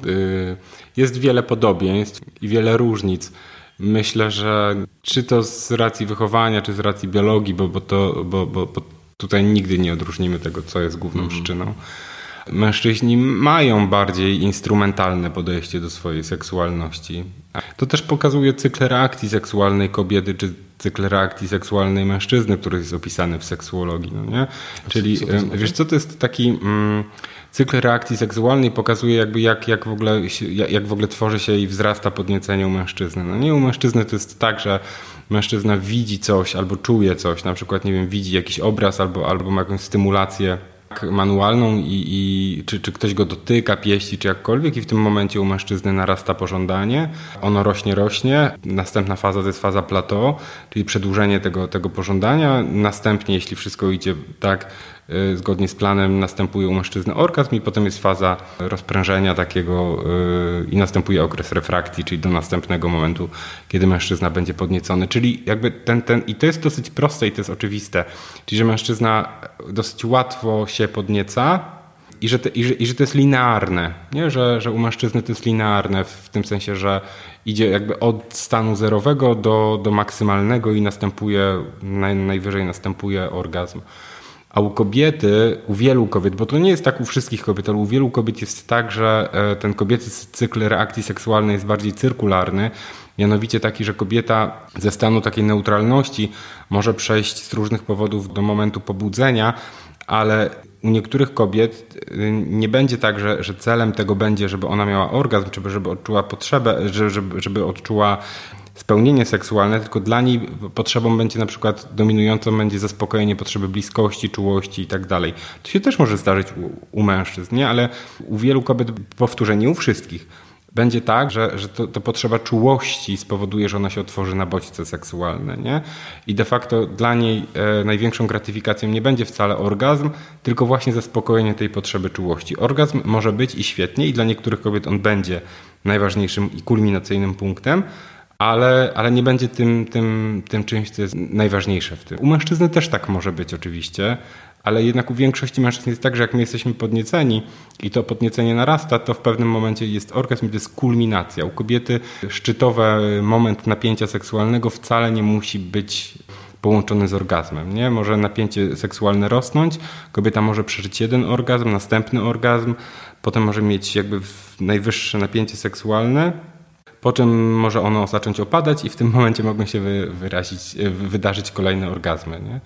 jest wiele podobieństw i wiele różnic. Myślę, że czy to z racji wychowania, czy z racji biologii, bo, bo, to, bo, bo, bo tutaj nigdy nie odróżnimy tego, co jest główną mm. przyczyną. Mężczyźni mają bardziej instrumentalne podejście do swojej seksualności. To też pokazuje cykl reakcji seksualnej kobiety, czy cykl reakcji seksualnej mężczyzny, który jest opisany w seksuologii. No nie? Czyli co wiesz, co to jest taki mm, cykl reakcji seksualnej, pokazuje jakby jak, jak, w ogóle, jak w ogóle tworzy się i wzrasta podniecenie u mężczyzny. No nie, u mężczyzny to jest tak, że mężczyzna widzi coś albo czuje coś, na przykład nie wiem, widzi jakiś obraz albo, albo ma jakąś stymulację manualną i, i czy, czy ktoś go dotyka, pieści, czy jakkolwiek i w tym momencie u mężczyzny narasta pożądanie. Ono rośnie, rośnie. Następna faza to jest faza plateau, czyli przedłużenie tego, tego pożądania. Następnie, jeśli wszystko idzie tak y, zgodnie z planem, następuje u mężczyzny orgazm i potem jest faza rozprężenia takiego y, i następuje okres refrakcji, czyli do następnego momentu, kiedy mężczyzna będzie podniecony. Czyli jakby ten, ten i to jest dosyć proste i to jest oczywiste. Czyli, że mężczyzna dosyć łatwo się podnieca i że, te, i że, i że to jest linearne, nie? Że, że u mężczyzny to jest linearne w tym sensie, że idzie jakby od stanu zerowego do, do maksymalnego i następuje, naj, najwyżej następuje orgazm. A u kobiety, u wielu kobiet, bo to nie jest tak u wszystkich kobiet, ale u wielu kobiet jest tak, że ten kobiecy cykl reakcji seksualnej jest bardziej cyrkularny, mianowicie taki, że kobieta ze stanu takiej neutralności może przejść z różnych powodów do momentu pobudzenia, ale u niektórych kobiet nie będzie tak, że, że celem tego będzie, żeby ona miała orgazm, czy żeby odczuła potrzebę, żeby, żeby odczuła spełnienie seksualne, tylko dla niej potrzebą będzie na przykład dominującą będzie zaspokojenie potrzeby bliskości, czułości i tak dalej. To się też może zdarzyć u, u mężczyzn, nie? Ale u wielu kobiet, powtórzę, nie u wszystkich, będzie tak, że, że to, to potrzeba czułości spowoduje, że ona się otworzy na bodźce seksualne, nie? I de facto dla niej e, największą gratyfikacją nie będzie wcale orgazm, tylko właśnie zaspokojenie tej potrzeby czułości. Orgazm może być i świetnie i dla niektórych kobiet on będzie najważniejszym i kulminacyjnym punktem, ale, ale nie będzie tym, tym, tym czymś, co jest najważniejsze w tym. U mężczyzny też tak może być oczywiście, ale jednak u większości mężczyzn jest tak, że jak my jesteśmy podnieceni i to podniecenie narasta, to w pewnym momencie jest orgazm i to jest kulminacja. U kobiety szczytowy moment napięcia seksualnego wcale nie musi być połączony z orgazmem. Nie? Może napięcie seksualne rosnąć, kobieta może przeżyć jeden orgazm, następny orgazm, potem może mieć jakby najwyższe napięcie seksualne, po czym może ono zacząć opadać i w tym momencie mogą się wyrazić, wydarzyć kolejne orgazmy. Nie?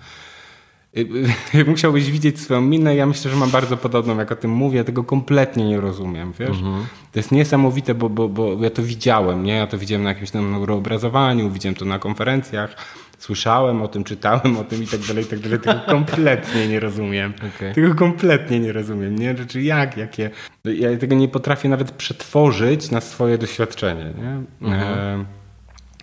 Musiałbyś widzieć swoją minę. Ja myślę, że mam bardzo podobną, jak o tym mówię. Ja tego kompletnie nie rozumiem, wiesz? Mhm. To jest niesamowite, bo, bo, bo ja to widziałem, nie? Ja to widziałem na jakimś tam neuroobrazowaniu, widziałem to na konferencjach, słyszałem o tym, czytałem o tym i tak dalej, i tak dalej. Tego kompletnie nie rozumiem. Okay. Tego kompletnie nie rozumiem, nie? Rzeczy jak, jakie... Ja tego nie potrafię nawet przetworzyć na swoje doświadczenie, nie? Mhm. E...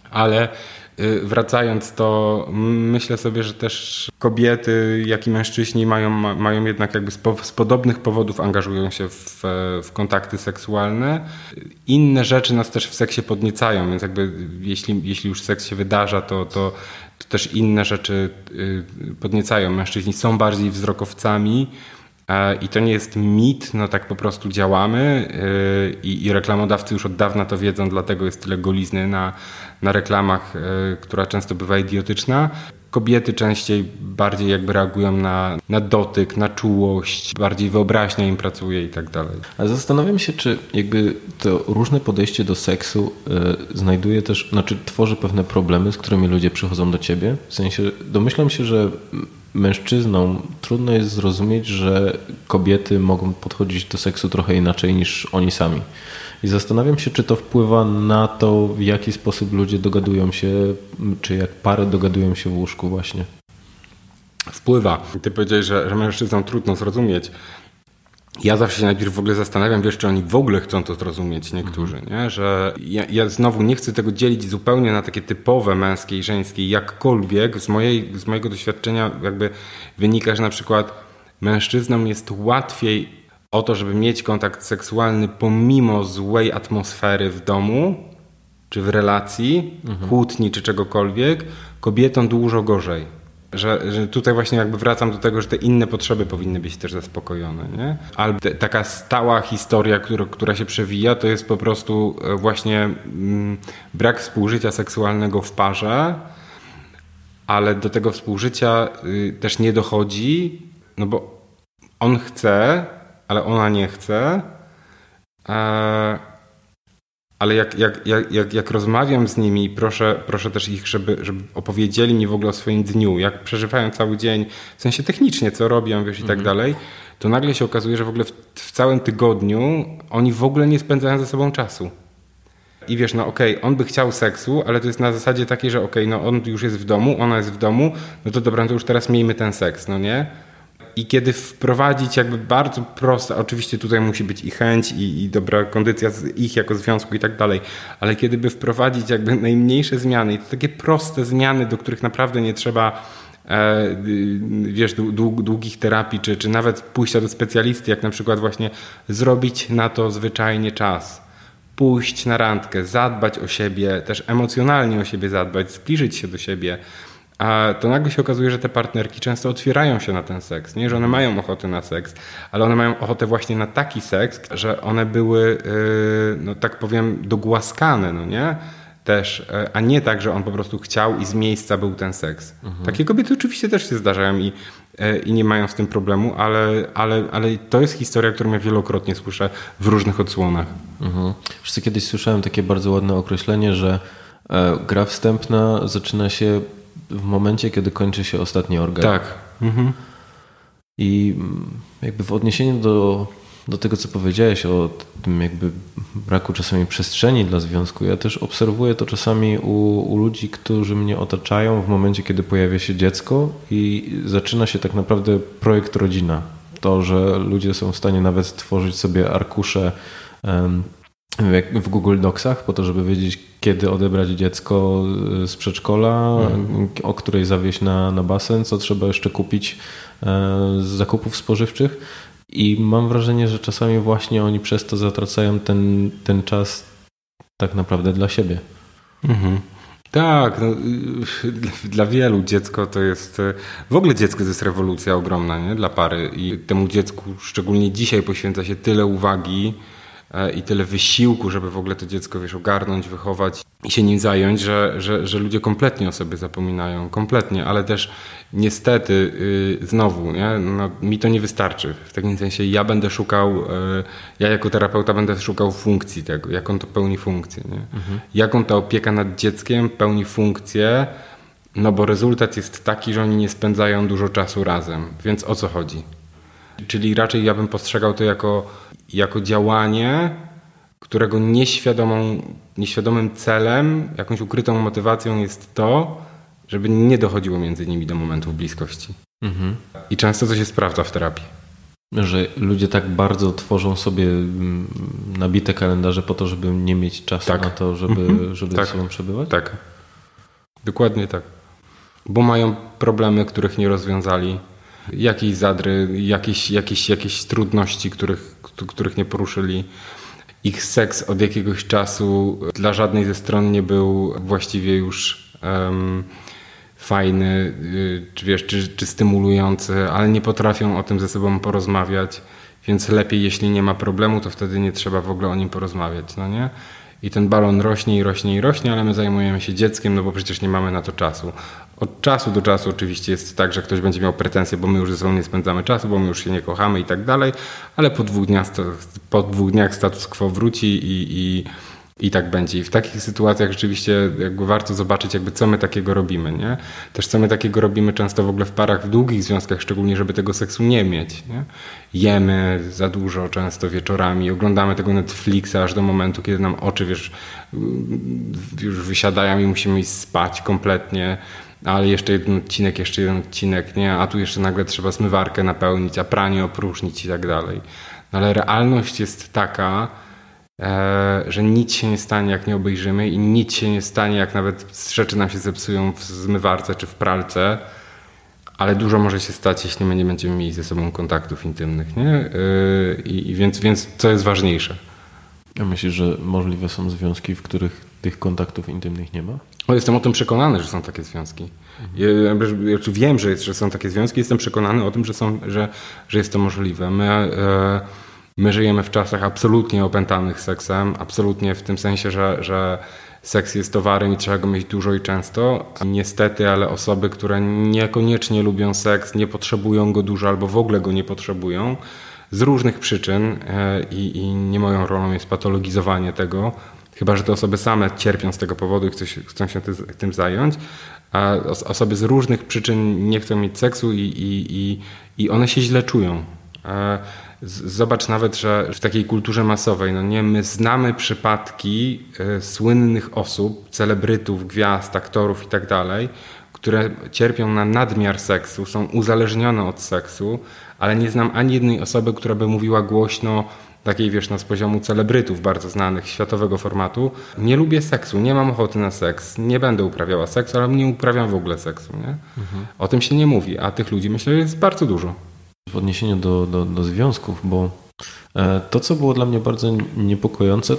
Ale wracając, to myślę sobie, że też kobiety, jak i mężczyźni mają, mają jednak jakby z, po, z podobnych powodów angażują się w, w kontakty seksualne. Inne rzeczy nas też w seksie podniecają, więc jakby jeśli, jeśli już seks się wydarza, to, to, to też inne rzeczy podniecają. Mężczyźni są bardziej wzrokowcami. I to nie jest mit, no tak po prostu działamy i, i reklamodawcy już od dawna to wiedzą, dlatego jest tyle golizny na, na reklamach, która często bywa idiotyczna. Kobiety częściej bardziej jakby reagują na, na dotyk, na czułość, bardziej wyobraźnia im pracuje i tak dalej. Ale zastanawiam się, czy jakby to różne podejście do seksu y, znajduje też, znaczy tworzy pewne problemy, z którymi ludzie przychodzą do ciebie. W sensie domyślam się, że mężczyznom trudno jest zrozumieć, że kobiety mogą podchodzić do seksu trochę inaczej niż oni sami. I zastanawiam się, czy to wpływa na to, w jaki sposób ludzie dogadują się, czy jak pary dogadują się w łóżku właśnie. Wpływa. Ty powiedziałeś, że, że mężczyznom trudno zrozumieć. Ja zawsze się najpierw w ogóle zastanawiam, wiesz, czy oni w ogóle chcą to zrozumieć, niektórzy, mm. nie? Że ja, ja znowu nie chcę tego dzielić zupełnie na takie typowe męskie i żeńskie, jakkolwiek z, mojej, z mojego doświadczenia jakby wynika, że na przykład mężczyznom jest łatwiej o to, żeby mieć kontakt seksualny pomimo złej atmosfery w domu, czy w relacji, mm. kłótni, czy czegokolwiek, kobietom dużo gorzej. Że, że tutaj właśnie jakby wracam do tego, że te inne potrzeby powinny być też zaspokojone, nie? Albo te, taka stała historia, która, która się przewija, to jest po prostu właśnie mm, brak współżycia seksualnego w parze, ale do tego współżycia y, też nie dochodzi, no bo on chce, ale ona nie chce, e, ale jak, jak, jak, jak, jak rozmawiam z nimi, proszę, proszę też ich, żeby, żeby opowiedzieli mi w ogóle o swoim dniu, jak przeżywają cały dzień, w sensie technicznie, co robią, wiesz, i tak dalej, to nagle się okazuje, że w ogóle w, w całym tygodniu oni w ogóle nie spędzają ze sobą czasu. I wiesz, no okej, okay, on by chciał seksu, ale to jest na zasadzie takiej, że okej, okay, no on już jest w domu, ona jest w domu, no to dobra, no to już teraz miejmy ten seks, no nie? I kiedy wprowadzić jakby bardzo proste, oczywiście tutaj musi być i chęć, i, i dobra kondycja ich jako związku i tak dalej, ale kiedy by wprowadzić jakby najmniejsze zmiany i to takie proste zmiany, do których naprawdę nie trzeba e, wiesz, dług, długich terapii, czy, czy nawet pójścia do specjalisty, jak na przykład właśnie zrobić na to zwyczajnie czas, pójść na randkę, zadbać o siebie, też emocjonalnie o siebie zadbać, zbliżyć się do siebie, a to nagle się okazuje, że te partnerki często otwierają się na ten seks, nie? Że one mają ochotę na seks, ale one mają ochotę właśnie na taki seks, że one były, yy, no tak powiem, dogłaskane, no nie? Też, yy, a nie tak, że on po prostu chciał i z miejsca był ten seks. Mhm. Takie kobiety oczywiście też się zdarzają i, yy, i nie mają z tym problemu, ale, ale, ale to jest historia, którą ja wielokrotnie słyszę w różnych odsłonach. Mhm. Wiesz co, kiedyś słyszałem takie bardzo ładne określenie, że yy, gra wstępna zaczyna się w momencie, kiedy kończy się ostatni orgazm. Tak. Mhm. I jakby w odniesieniu do, do tego, co powiedziałeś o tym jakby braku czasami przestrzeni dla związku, ja też obserwuję to czasami u, u ludzi, którzy mnie otaczają w momencie, kiedy pojawia się dziecko i zaczyna się tak naprawdę projekt rodzina. To, że ludzie są w stanie nawet stworzyć sobie arkusze um, w Google Docsach po to, żeby wiedzieć, kiedy odebrać dziecko z przedszkola, mhm. o której zawieźć na, na basen, co trzeba jeszcze kupić z zakupów spożywczych. I mam wrażenie, że czasami właśnie oni przez to zatracają ten, ten czas tak naprawdę dla siebie. Mhm. Tak, no, dla wielu dziecko to jest, w ogóle dziecko to jest rewolucja ogromna, nie? Dla pary i temu dziecku szczególnie dzisiaj poświęca się tyle uwagi i tyle wysiłku, żeby w ogóle to dziecko, wiesz, ogarnąć, wychować i się nim zająć, że, że, że ludzie kompletnie o sobie zapominają, kompletnie, ale też niestety yy, znowu, nie? No, mi to nie wystarczy. W takim sensie ja będę szukał, yy, ja jako terapeuta będę szukał funkcji tego, jak on to pełni funkcję, nie? Mhm. Jaką ta opieka nad dzieckiem pełni funkcję, no bo rezultat jest taki, że oni nie spędzają dużo czasu razem, więc o co chodzi? Czyli raczej ja bym postrzegał to jako, jako działanie, którego nieświadomą, nieświadomym celem, jakąś ukrytą motywacją jest to, żeby nie dochodziło między nimi do momentów bliskości. Mhm. I często to się sprawdza w terapii. Że ludzie tak bardzo tworzą sobie nabite kalendarze po to, żeby nie mieć czasu tak. na to, żeby, mhm. żeby tak. ze sobą przebywać? Tak. Dokładnie tak. Bo mają problemy, których nie rozwiązali, jakieś zadry, jakieś, jakieś, jakieś trudności, których, których nie poruszyli. Ich seks od jakiegoś czasu dla żadnej ze stron nie był właściwie już um, fajny, czy, wiesz, czy, czy stymulujący, ale nie potrafią o tym ze sobą porozmawiać, więc lepiej, jeśli nie ma problemu, to wtedy nie trzeba w ogóle o nim porozmawiać, no nie? I ten balon rośnie i rośnie i rośnie, ale my zajmujemy się dzieckiem, no bo przecież nie mamy na to czasu. Od czasu do czasu oczywiście jest tak, że ktoś będzie miał pretensje, bo my już ze sobą nie spędzamy czasu, bo my już się nie kochamy i tak dalej, ale po dwóch dniach, po dwóch dniach status quo wróci i, i, i tak będzie. I w takich sytuacjach rzeczywiście jakby warto zobaczyć, jakby co my takiego robimy, nie? Też co my takiego robimy często w ogóle w parach, w długich związkach, szczególnie żeby tego seksu nie mieć, nie? Jemy za dużo często wieczorami, oglądamy tego Netflixa aż do momentu, kiedy nam oczy, wiesz, już wysiadają i musimy iść spać kompletnie, ale jeszcze jeden odcinek, jeszcze jeden odcinek, nie? A tu jeszcze nagle trzeba zmywarkę napełnić, a pranie opróżnić i tak dalej. No ale realność jest taka, e, że nic się nie stanie, jak nie obejrzymy i nic się nie stanie, jak nawet rzeczy nam się zepsują w zmywarce czy w pralce, ale dużo może się stać, jeśli my nie będziemy mieli ze sobą kontaktów intymnych, nie? E, i, i więc, więc co jest ważniejsze? Ja myślę, że możliwe są związki, w których tych kontaktów intymnych nie ma? O, jestem o tym przekonany, że są takie związki. Mhm. Ja, ja wiem, że, jest, że są takie związki, jestem przekonany o tym, że, są, że, że jest to możliwe. My, e, my żyjemy w czasach absolutnie opętanych seksem, absolutnie w tym sensie, że, że seks jest towarem i trzeba go mieć dużo i często. Niestety, ale osoby, które niekoniecznie lubią seks, nie potrzebują go dużo albo w ogóle go nie potrzebują, z różnych przyczyn e, i, i nie moją rolą jest patologizowanie tego, chyba że te osoby same cierpią z tego powodu i chcą się, chcą się tym zająć, a osoby z różnych przyczyn nie chcą mieć seksu i, i, i, i one się źle czują. Zobacz nawet, że w takiej kulturze masowej, no nie, my znamy przypadki y, słynnych osób, celebrytów, gwiazd, aktorów i tak dalej, które cierpią na nadmiar seksu, są uzależnione od seksu, ale nie znam ani jednej osoby, która by mówiła głośno, takiej, wiesz, no, z poziomu celebrytów bardzo znanych, światowego formatu. Nie lubię seksu, nie mam ochoty na seks, nie będę uprawiała seksu, ale nie uprawiam w ogóle seksu, nie? Mhm. O tym się nie mówi, a tych ludzi, myślę, że jest bardzo dużo. W odniesieniu do, do, do związków, bo to, co było dla mnie bardzo niepokojące,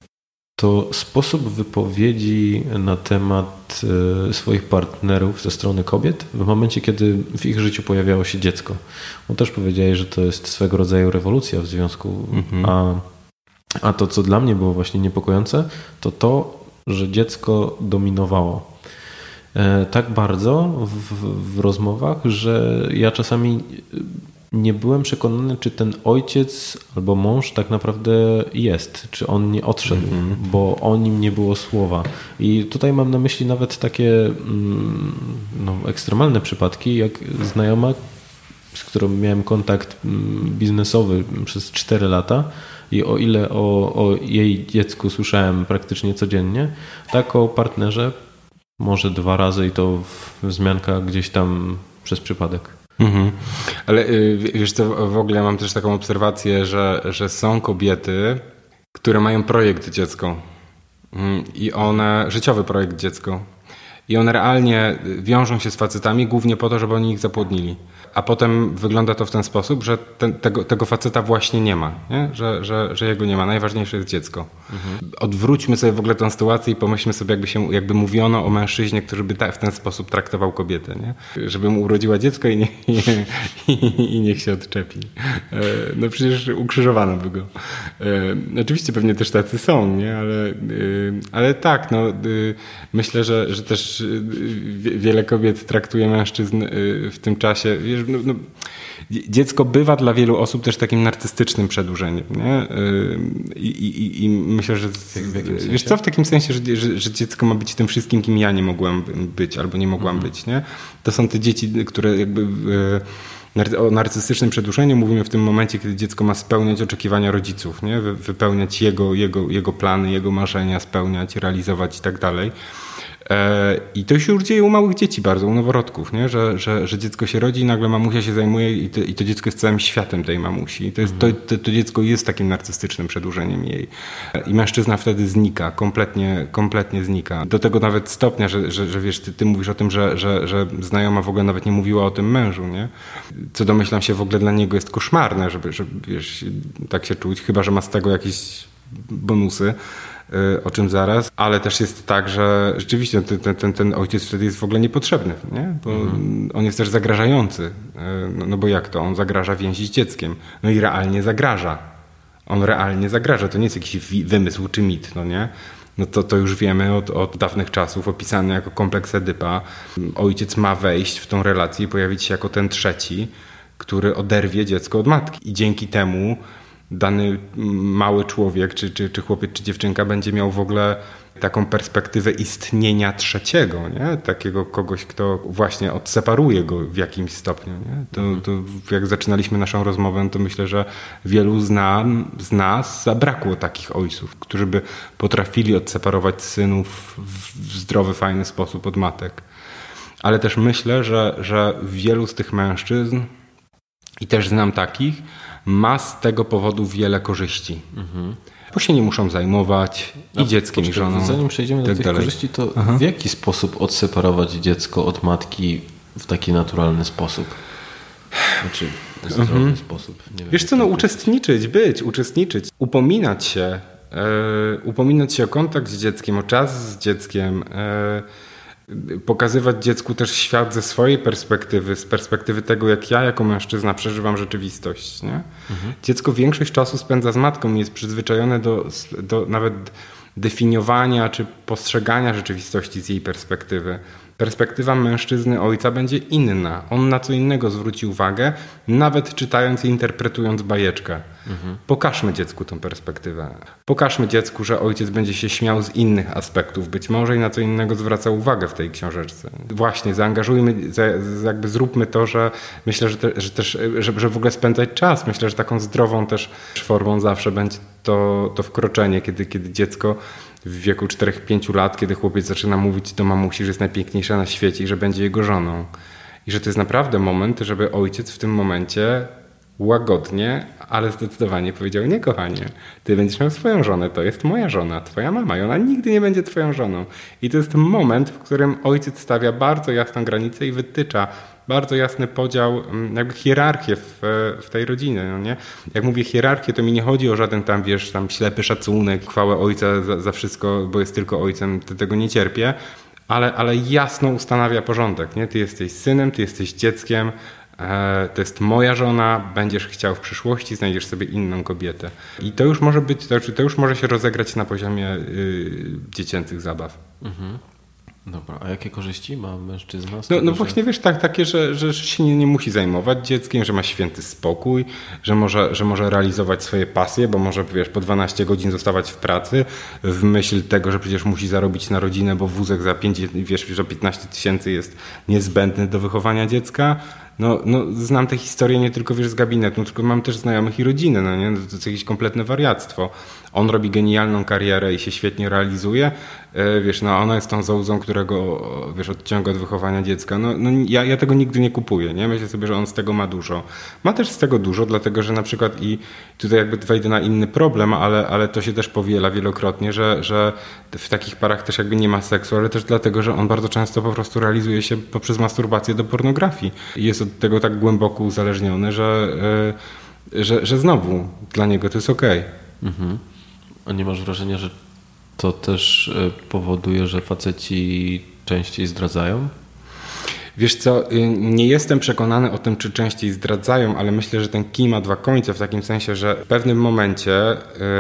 to sposób wypowiedzi na temat swoich partnerów ze strony kobiet w momencie, kiedy w ich życiu pojawiało się dziecko. Bo też powiedziałeś, że to jest swego rodzaju rewolucja w związku, mhm. a, a to, co dla mnie było właśnie niepokojące, to to, że dziecko dominowało. Tak bardzo w, w rozmowach, że ja czasami nie byłem przekonany, czy ten ojciec albo mąż tak naprawdę jest, czy on nie odszedł, mm-hmm. bo o nim nie było słowa. I tutaj mam na myśli nawet takie no, ekstremalne przypadki, jak znajoma, z którą miałem kontakt biznesowy przez cztery lata i o ile o, o jej dziecku słyszałem praktycznie codziennie, tak o partnerze może dwa razy i to wzmianka gdzieś tam przez przypadek. Mhm. Ale wiesz co, w ogóle mam też taką obserwację, że, że są kobiety, które mają projekt dziecko i one, życiowy projekt dziecko i one realnie wiążą się z facetami głównie po to, żeby oni ich zapłodnili. A potem wygląda to w ten sposób, że ten, tego, tego faceta właśnie nie ma, nie? Że, że, że jego nie ma. Najważniejsze jest dziecko. Mhm. Odwróćmy sobie w ogóle tę sytuację i pomyślmy sobie, jakby się jakby mówiono o mężczyźnie, który by ta, w ten sposób traktował kobietę, nie? Żeby mu urodziła dziecko i, nie, i, i, i niech się odczepi. No przecież ukrzyżowano by go. Oczywiście pewnie też tacy są, nie? Ale, ale tak, no, myślę, że, że też wiele kobiet traktuje mężczyzn w tym czasie. No, no, dziecko bywa dla wielu osób też takim narcystycznym przedłużeniem, nie? I, i, i myślę, że w wiesz co, w takim sensie, że, że, że dziecko ma być tym wszystkim, kim ja nie mogłam być albo nie mogłam mhm. być, nie? To są te dzieci, które jakby o narcystycznym przedłużeniu mówimy w tym momencie, kiedy dziecko ma spełniać oczekiwania rodziców, nie? Wypełniać jego, jego, jego plany, jego marzenia, spełniać, realizować i tak dalej. I to się już dzieje u małych dzieci bardzo, u noworodków, nie? Że, że, że dziecko się rodzi i nagle mamusia się zajmuje i to, i to dziecko jest całym światem tej mamusi. I to, jest, to, to, to dziecko jest takim narcystycznym przedłużeniem jej. I mężczyzna wtedy znika, kompletnie, kompletnie znika. Do tego nawet stopnia, że, że, że wiesz, ty, ty mówisz o tym, że, że, że znajoma w ogóle nawet nie mówiła o tym mężu, nie? Co domyślam się w ogóle dla niego jest koszmarne, żeby, żeby wiesz, tak się czuć, chyba że ma z tego jakieś bonusy, o czym zaraz, ale też jest tak, że rzeczywiście ten, ten, ten ojciec wtedy jest w ogóle niepotrzebny, nie? Bo mhm. on jest też zagrażający, no, no bo jak to? On zagraża więzi z dzieckiem, no i realnie zagraża. On realnie zagraża, to nie jest jakiś wymysł czy mit, no nie? No to, to już wiemy od, od dawnych czasów, opisany jako kompleks Edypa. Ojciec ma wejść w tą relację i pojawić się jako ten trzeci, który oderwie dziecko od matki i dzięki temu dany mały człowiek, czy, czy, czy chłopiec, czy dziewczynka będzie miał w ogóle taką perspektywę istnienia trzeciego, nie? Takiego kogoś, kto właśnie odseparuje go w jakimś stopniu. Nie? To, to jak zaczynaliśmy naszą rozmowę, to myślę, że wielu z, nam, z nas zabrakło takich ojców, którzy by potrafili odseparować synów w zdrowy, fajny sposób od matek. Ale też myślę, że, że wielu z tych mężczyzn, i też znam takich, ma z tego powodu wiele korzyści. Mhm. Bo się nie muszą zajmować i A, dzieckiem, poczekaj, i żoną. Zanim przejdziemy do tak tych dalej. korzyści, to Aha. w jaki sposób odseparować dziecko od matki w taki naturalny sposób? Znaczy, w zdrowy mhm. sposób. Nie wiem, Wiesz co, no uczestniczyć, być, uczestniczyć, upominać się, yy, upominać się o kontakt z dzieckiem, o czas z dzieckiem, yy, pokazywać dziecku też świat ze swojej perspektywy, z perspektywy tego, jak ja jako mężczyzna przeżywam rzeczywistość. Nie? Mhm. Dziecko większość czasu spędza z matką i jest przyzwyczajone do, do nawet definiowania czy postrzegania rzeczywistości z jej perspektywy. Perspektywa mężczyzny, ojca będzie inna. On na co innego zwróci uwagę, nawet czytając i interpretując bajeczkę. Mhm. Pokażmy dziecku tę perspektywę. Pokażmy dziecku, że ojciec będzie się śmiał z innych aspektów, być może i na co innego zwraca uwagę w tej książeczce. Właśnie, zaangażujmy, jakby zróbmy to, że myślę, że, te, że też, żeby że w ogóle spędzać czas. Myślę, że taką zdrową też formą zawsze będzie to, to wkroczenie, kiedy, kiedy dziecko w wieku czterech pięciu lat, kiedy chłopiec zaczyna mówić do mamusi, że jest najpiękniejsza na świecie i że będzie jego żoną. I że to jest naprawdę moment, żeby ojciec w tym momencie łagodnie, ale zdecydowanie powiedział: nie, kochanie, ty będziesz miał swoją żonę, to jest moja żona, twoja mama i ona nigdy nie będzie twoją żoną. I to jest moment, w którym ojciec stawia bardzo jasną granicę i wytycza bardzo jasny podział, jakby hierarchię w, w tej rodzinie. No nie? Jak mówię hierarchię, to mi nie chodzi o żaden tam, wiesz, tam ślepy szacunek, chwałę ojca za, za wszystko, bo jest tylko ojcem, to tego nie cierpię, ale, ale jasno ustanawia porządek. Nie? Ty jesteś synem, ty jesteś dzieckiem, e, to jest moja żona, będziesz chciał w przyszłości, znajdziesz sobie inną kobietę. I to już może być, to, znaczy to już może się rozegrać na poziomie y, dziecięcych zabaw. Mhm. Dobra, a jakie korzyści ma mężczyzna? No, tego, no że... właśnie wiesz, tak, takie, że, że się nie, nie musi zajmować dzieckiem, że ma święty spokój, że może, że może realizować swoje pasje, bo może wiesz, po dwanaście godzin zostawać w pracy w myśl tego, że przecież musi zarobić na rodzinę, bo wózek za pięć, wiesz, że piętnaście tysięcy jest niezbędny do wychowania dziecka. No, no, znam tę historię nie tylko wiesz, z gabinetu, tylko mam też znajomych i rodzinę. No, nie? To jest jakieś kompletne wariactwo. On robi genialną karierę i się świetnie realizuje. Wiesz, no, ona jest tą zołzą, którego wiesz, odciąga od wychowania dziecka. No, no, ja, ja tego nigdy nie kupuję. Nie? Myślę sobie, że on z tego ma dużo. Ma też z tego dużo, dlatego że na przykład i tutaj jakby wejdę na inny problem, ale, ale to się też powiela wielokrotnie, że, że w takich parach też jakby nie ma seksu, ale też dlatego, że on bardzo często po prostu realizuje się poprzez masturbację do pornografii. I jest od tego tak głęboko uzależniony, że, że, że znowu dla niego to jest okej. Mhm. A nie masz wrażenia, że to też powoduje, że faceci częściej zdradzają? Wiesz co, nie jestem przekonany o tym, czy częściej zdradzają, ale myślę, że ten kij ma dwa końce, w takim sensie, że w pewnym momencie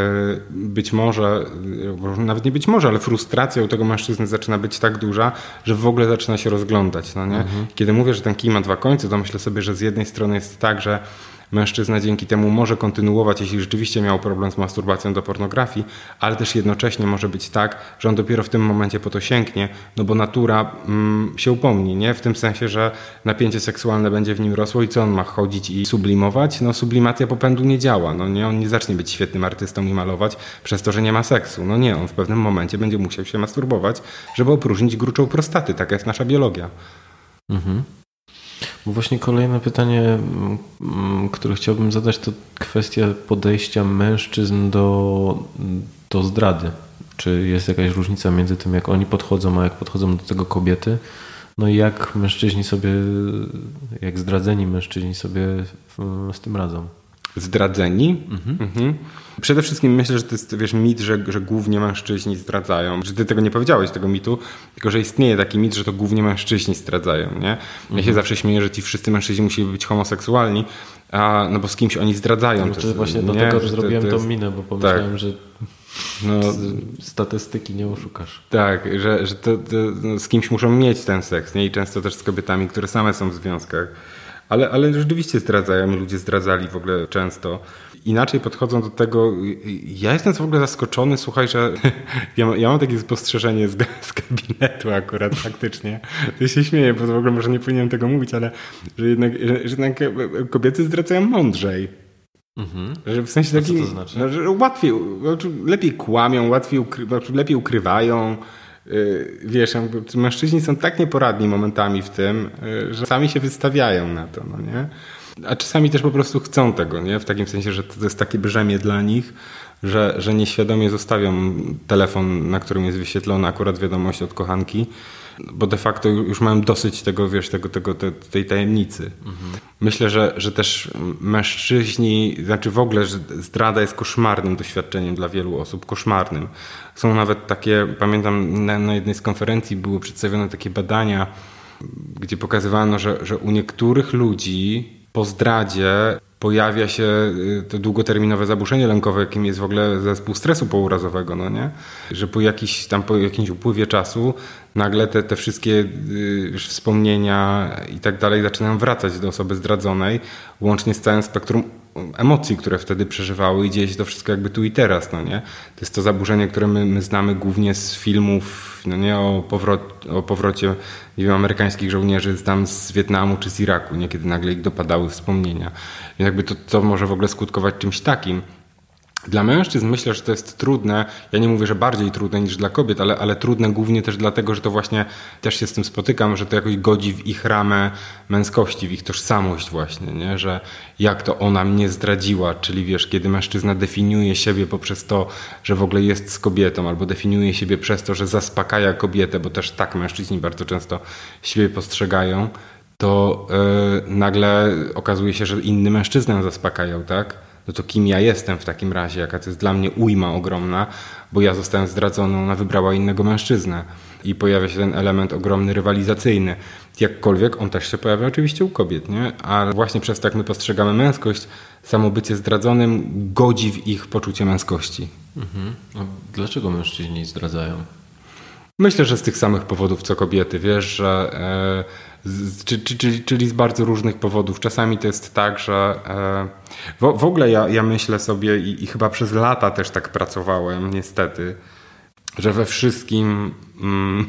być może, nawet nie być może, ale frustracja u tego mężczyzny zaczyna być tak duża, że w ogóle zaczyna się rozglądać. No nie? Mhm. Kiedy mówię, że ten kij ma dwa końce, to myślę sobie, że z jednej strony jest tak, że mężczyzna dzięki temu może kontynuować, jeśli rzeczywiście miał problem z masturbacją do pornografii, ale też jednocześnie może być tak, że on dopiero w tym momencie po to sięgnie, no bo natura mm, się upomni, nie? W tym sensie, że napięcie seksualne będzie w nim rosło i co on ma chodzić i sublimować? No sublimacja popędu nie działa, no nie? On nie zacznie być świetnym artystą i malować przez to, że nie ma seksu. No nie, on w pewnym momencie będzie musiał się masturbować, żeby opróżnić gruczą prostaty. Taka jest nasza biologia. Mhm. Bo właśnie kolejne pytanie, które chciałbym zadać, to kwestia podejścia mężczyzn do, do zdrady. Czy jest jakaś różnica między tym, jak oni podchodzą, a jak podchodzą do tego kobiety? No i jak mężczyźni sobie, jak zdradzeni mężczyźni sobie z tym radzą? Zdradzeni? Mhm. Mhm. Przede wszystkim myślę, że to jest, wiesz, mit, że, że głównie mężczyźni zdradzają. Że ty tego nie powiedziałeś, tego mitu, tylko że istnieje taki mit, że to głównie mężczyźni zdradzają, nie? Ja mhm. się zawsze śmieję, że ci wszyscy mężczyźni musieli być homoseksualni, a, no bo z kimś oni zdradzają. No, to właśnie nie? dlatego że zrobiłem to, to jest... tą minę, bo pomyślałem, tak. że no, statystyki nie oszukasz. Tak, że, że to, to, no, z kimś muszą mieć ten seks, nie? I często też z kobietami, które same są w związkach. Ale, ale rzeczywiście zdradzają, ludzie zdradzali w ogóle często. Inaczej podchodzą do tego. Ja jestem w ogóle zaskoczony, słuchaj, że ja, ja mam takie spostrzeżenie z, z gabinetu akurat faktycznie. To się śmieję, bo w ogóle może nie powinienem tego mówić, ale że jednak, że, że jednak kobiety zdradzają mężej. Mhm. Że w sensie takim, co to znaczy? No, że łatwiej, lepiej kłamią, łatwiej ukry, lepiej ukrywają. Wiesz, mężczyźni są tak nieporadni momentami w tym, że sami się wystawiają na to, no nie? A czasami też po prostu chcą tego, nie? W takim sensie, że to jest takie brzemię dla nich, że, że nieświadomie zostawią telefon, na którym jest wyświetlona akurat wiadomość od kochanki, bo de facto już mają dosyć tego, wiesz, tego, tego, te, tej tajemnicy. Mhm. Myślę, że, że też mężczyźni, znaczy w ogóle, że zdrada jest koszmarnym doświadczeniem dla wielu osób, koszmarnym. Są nawet takie, pamiętam na, na jednej z konferencji były przedstawione takie badania, gdzie pokazywano, że, że u niektórych ludzi po zdradzie pojawia się to długoterminowe zaburzenie lękowe, jakim jest w ogóle zespół stresu pourazowego, no nie? Że po, jakiś, tam po jakimś upływie czasu nagle te, te wszystkie już wspomnienia i tak dalej zaczynają wracać do osoby zdradzonej, łącznie z całym spektrum emocji, które wtedy przeżywały i dzieje się to wszystko jakby tu i teraz, no nie? To jest to zaburzenie, które my, my znamy głównie z filmów, no nie? O, powrot, o powrocie, nie wiem, amerykańskich żołnierzy tam z Wietnamu czy z Iraku, nie? Kiedy nagle ich dopadały wspomnienia. I jakby to, to może w ogóle skutkować czymś takim. Dla mężczyzn myślę, że to jest trudne. Ja nie mówię, że bardziej trudne niż dla kobiet, ale, ale trudne głównie też dlatego, że to właśnie też się z tym spotykam, że to jakoś godzi w ich ramę męskości, w ich tożsamość właśnie, nie? Że jak to ona mnie zdradziła, czyli wiesz, kiedy mężczyzna definiuje siebie poprzez to, że w ogóle jest z kobietą, albo definiuje siebie przez to, że zaspokaja kobietę, bo też tak mężczyźni bardzo często siebie postrzegają, to yy, nagle okazuje się, że inny mężczyznę zaspokają, tak? No to kim ja jestem w takim razie, jaka to jest dla mnie ujma ogromna, bo ja zostałem zdradzony, ona wybrała innego mężczyznę i pojawia się ten element ogromny rywalizacyjny. Jakkolwiek on też się pojawia oczywiście u kobiet, nie? Ale właśnie przez to, jak my postrzegamy męskość, samo bycie zdradzonym godzi w ich poczucie męskości. Mhm. A dlaczego mężczyźni zdradzają? Myślę, że z tych samych powodów co kobiety, wiesz, że e, z, czy, czy, czyli, czyli z bardzo różnych powodów. Czasami to jest tak, że e, w, w ogóle ja, ja myślę sobie i, i chyba przez lata też tak pracowałem, niestety, że we wszystkim mm,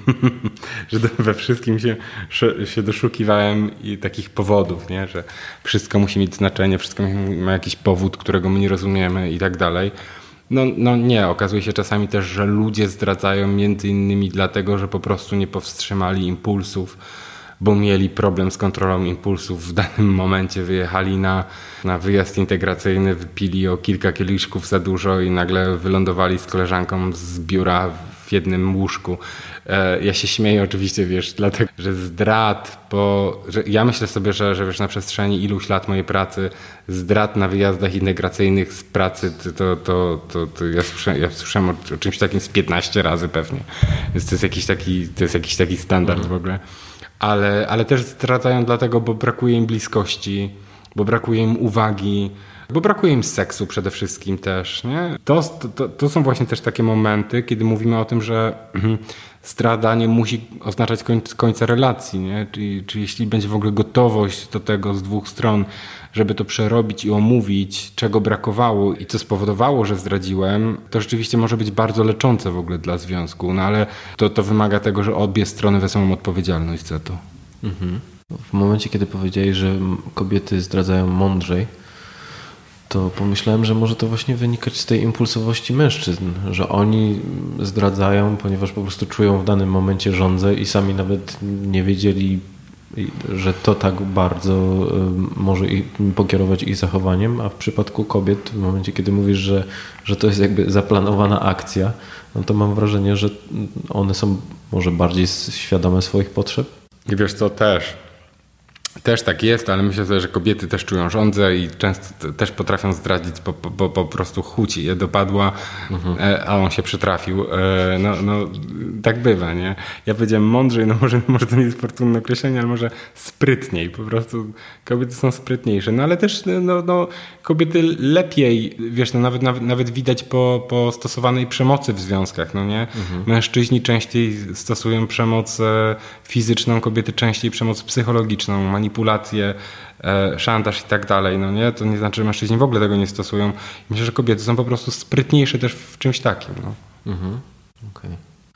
że we wszystkim się, się doszukiwałem i takich powodów, nie? Że wszystko musi mieć znaczenie, wszystko ma jakiś powód, którego my nie rozumiemy i tak dalej. No, no nie, okazuje się czasami też, że ludzie zdradzają między innymi dlatego, że po prostu nie powstrzymali impulsów, bo mieli problem z kontrolą impulsów w danym momencie, wyjechali na, na wyjazd integracyjny, wypili o kilka kieliszków za dużo i nagle wylądowali z koleżanką z biura w jednym łóżku. Ja się śmieję oczywiście, wiesz, dlatego, że zdrad, bo że ja myślę sobie, że, że wiesz, na przestrzeni iluś lat mojej pracy zdrad na wyjazdach integracyjnych z pracy, to, to, to, to ja, słyszałem, ja słyszałem o, o czymś takim z piętnaście razy pewnie. Więc to jest jakiś taki, to jest jakiś taki standard mhm. w ogóle. Ale, ale też zdradzają dlatego, bo brakuje im bliskości, bo brakuje im uwagi, bo brakuje im seksu przede wszystkim też. Nie? To, to, to są właśnie też takie momenty, kiedy mówimy o tym, że zdrada nie musi oznaczać końca, końca relacji, nie? Czyli, czyli jeśli będzie w ogóle gotowość do tego z dwóch stron, żeby to przerobić i omówić, czego brakowało i co spowodowało, że zdradziłem, to rzeczywiście może być bardzo leczące w ogóle dla związku, no ale to, to wymaga tego, że obie strony wezmą odpowiedzialność za to. Mhm. W momencie, kiedy powiedziałeś, że kobiety zdradzają mądrzej, to pomyślałem, że może to właśnie wynikać z tej impulsowości mężczyzn, że oni zdradzają, ponieważ po prostu czują w danym momencie żądzę i sami nawet nie wiedzieli, że to tak bardzo może pokierować ich zachowaniem, a w przypadku kobiet, w momencie, kiedy mówisz, że, że to jest jakby zaplanowana akcja, no to mam wrażenie, że one są może bardziej świadome swoich potrzeb. I wiesz co, też. Też tak jest, ale myślę sobie, że kobiety też czują żądzę i często też potrafią zdradzić, bo po, po, po prostu chuci je dopadła, mhm. a on się przytrafił. No, no tak bywa, nie? Ja powiedziałem mądrzej, no może, może to nie jest fortunne określenie, ale może sprytniej. Po prostu kobiety są sprytniejsze. No ale też no, no, kobiety lepiej, wiesz, no nawet, nawet, nawet widać po, po stosowanej przemocy w związkach, no nie? Mhm. Mężczyźni częściej stosują przemoc fizyczną, kobiety częściej przemoc psychologiczną, manipulacje, e, szantaż i tak dalej, no nie? To nie znaczy, że mężczyźni w ogóle tego nie stosują. Myślę, że kobiety są po prostu sprytniejsze też w czymś takim. No. Mhm. Okej.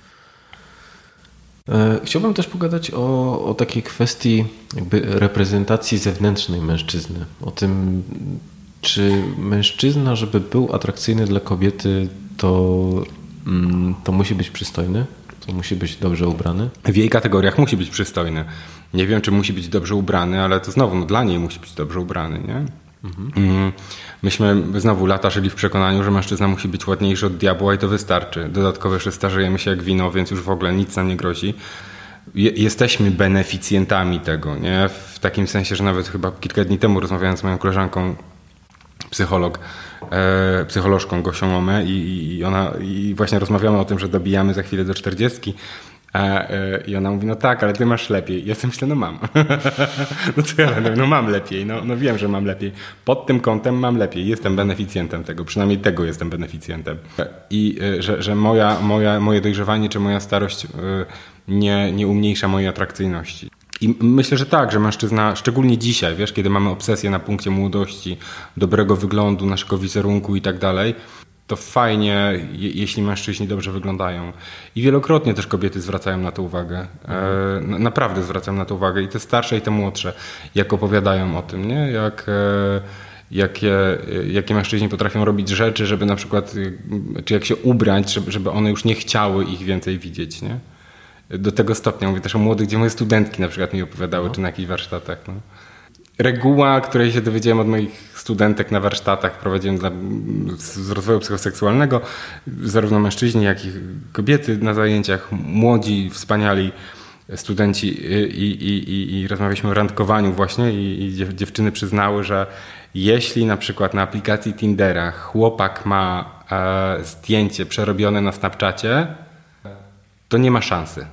E, chciałbym też pogadać o, o takiej kwestii jakby reprezentacji zewnętrznej mężczyzny. O tym, czy mężczyzna, żeby był atrakcyjny dla kobiety, to, mm, to musi być przystojny? To musi być dobrze ubrany? W jej kategoriach musi być przystojny. Nie wiem, czy musi być dobrze ubrany, ale to znowu no, dla niej musi być dobrze ubrany, nie? Mhm. Myśmy znowu lata żyli w przekonaniu, że mężczyzna musi być ładniejszy od diabła i to wystarczy. Dodatkowo jeszcze starzejemy się jak wino, więc już w ogóle nic nam nie grozi. Jesteśmy beneficjentami tego, nie? W takim sensie, że nawet chyba kilka dni temu rozmawiałem z moją koleżanką, psycholog, e, psycholożką Gosią Omę i, i ona i właśnie rozmawiamy o tym, że dobijamy za chwilę do czterdziestki. A, e, I ona mówi, no tak, ale ty masz lepiej. Ja sobie myślę, no mam. No co ja będę, no mam lepiej, no, no wiem, że mam lepiej. Pod tym kątem mam lepiej, jestem beneficjentem tego, przynajmniej tego jestem beneficjentem. I e, że, że moja, moja, moje dojrzewanie czy moja starość e, nie, nie umniejsza mojej atrakcyjności. I myślę, że tak, że mężczyzna, szczególnie dzisiaj, wiesz, kiedy mamy obsesję na punkcie młodości, dobrego wyglądu, naszego wizerunku i tak dalej, to fajnie, je, jeśli mężczyźni dobrze wyglądają. I wielokrotnie też kobiety zwracają na to uwagę. E, naprawdę zwracają na to uwagę. I te starsze, i te młodsze, jak opowiadają o tym, nie? Jak, e, jakie, jakie mężczyźni potrafią robić rzeczy, żeby na przykład, czy jak się ubrać, żeby, żeby one już nie chciały ich więcej widzieć, nie? Do tego stopnia. Mówię też o młodych, gdzie moje studentki na przykład mi opowiadały, no. Czy na jakichś warsztatach. No. Reguła, której się dowiedziałem od moich studentek na warsztatach, prowadziłem dla, z rozwoju psychoseksualnego, zarówno mężczyźni, jak i kobiety na zajęciach, młodzi, wspaniali studenci i, i, i, i rozmawialiśmy o randkowaniu właśnie i, i dziewczyny przyznały, że jeśli na przykład na aplikacji Tindera chłopak ma e, zdjęcie przerobione na Snapchacie, to nie ma szansy.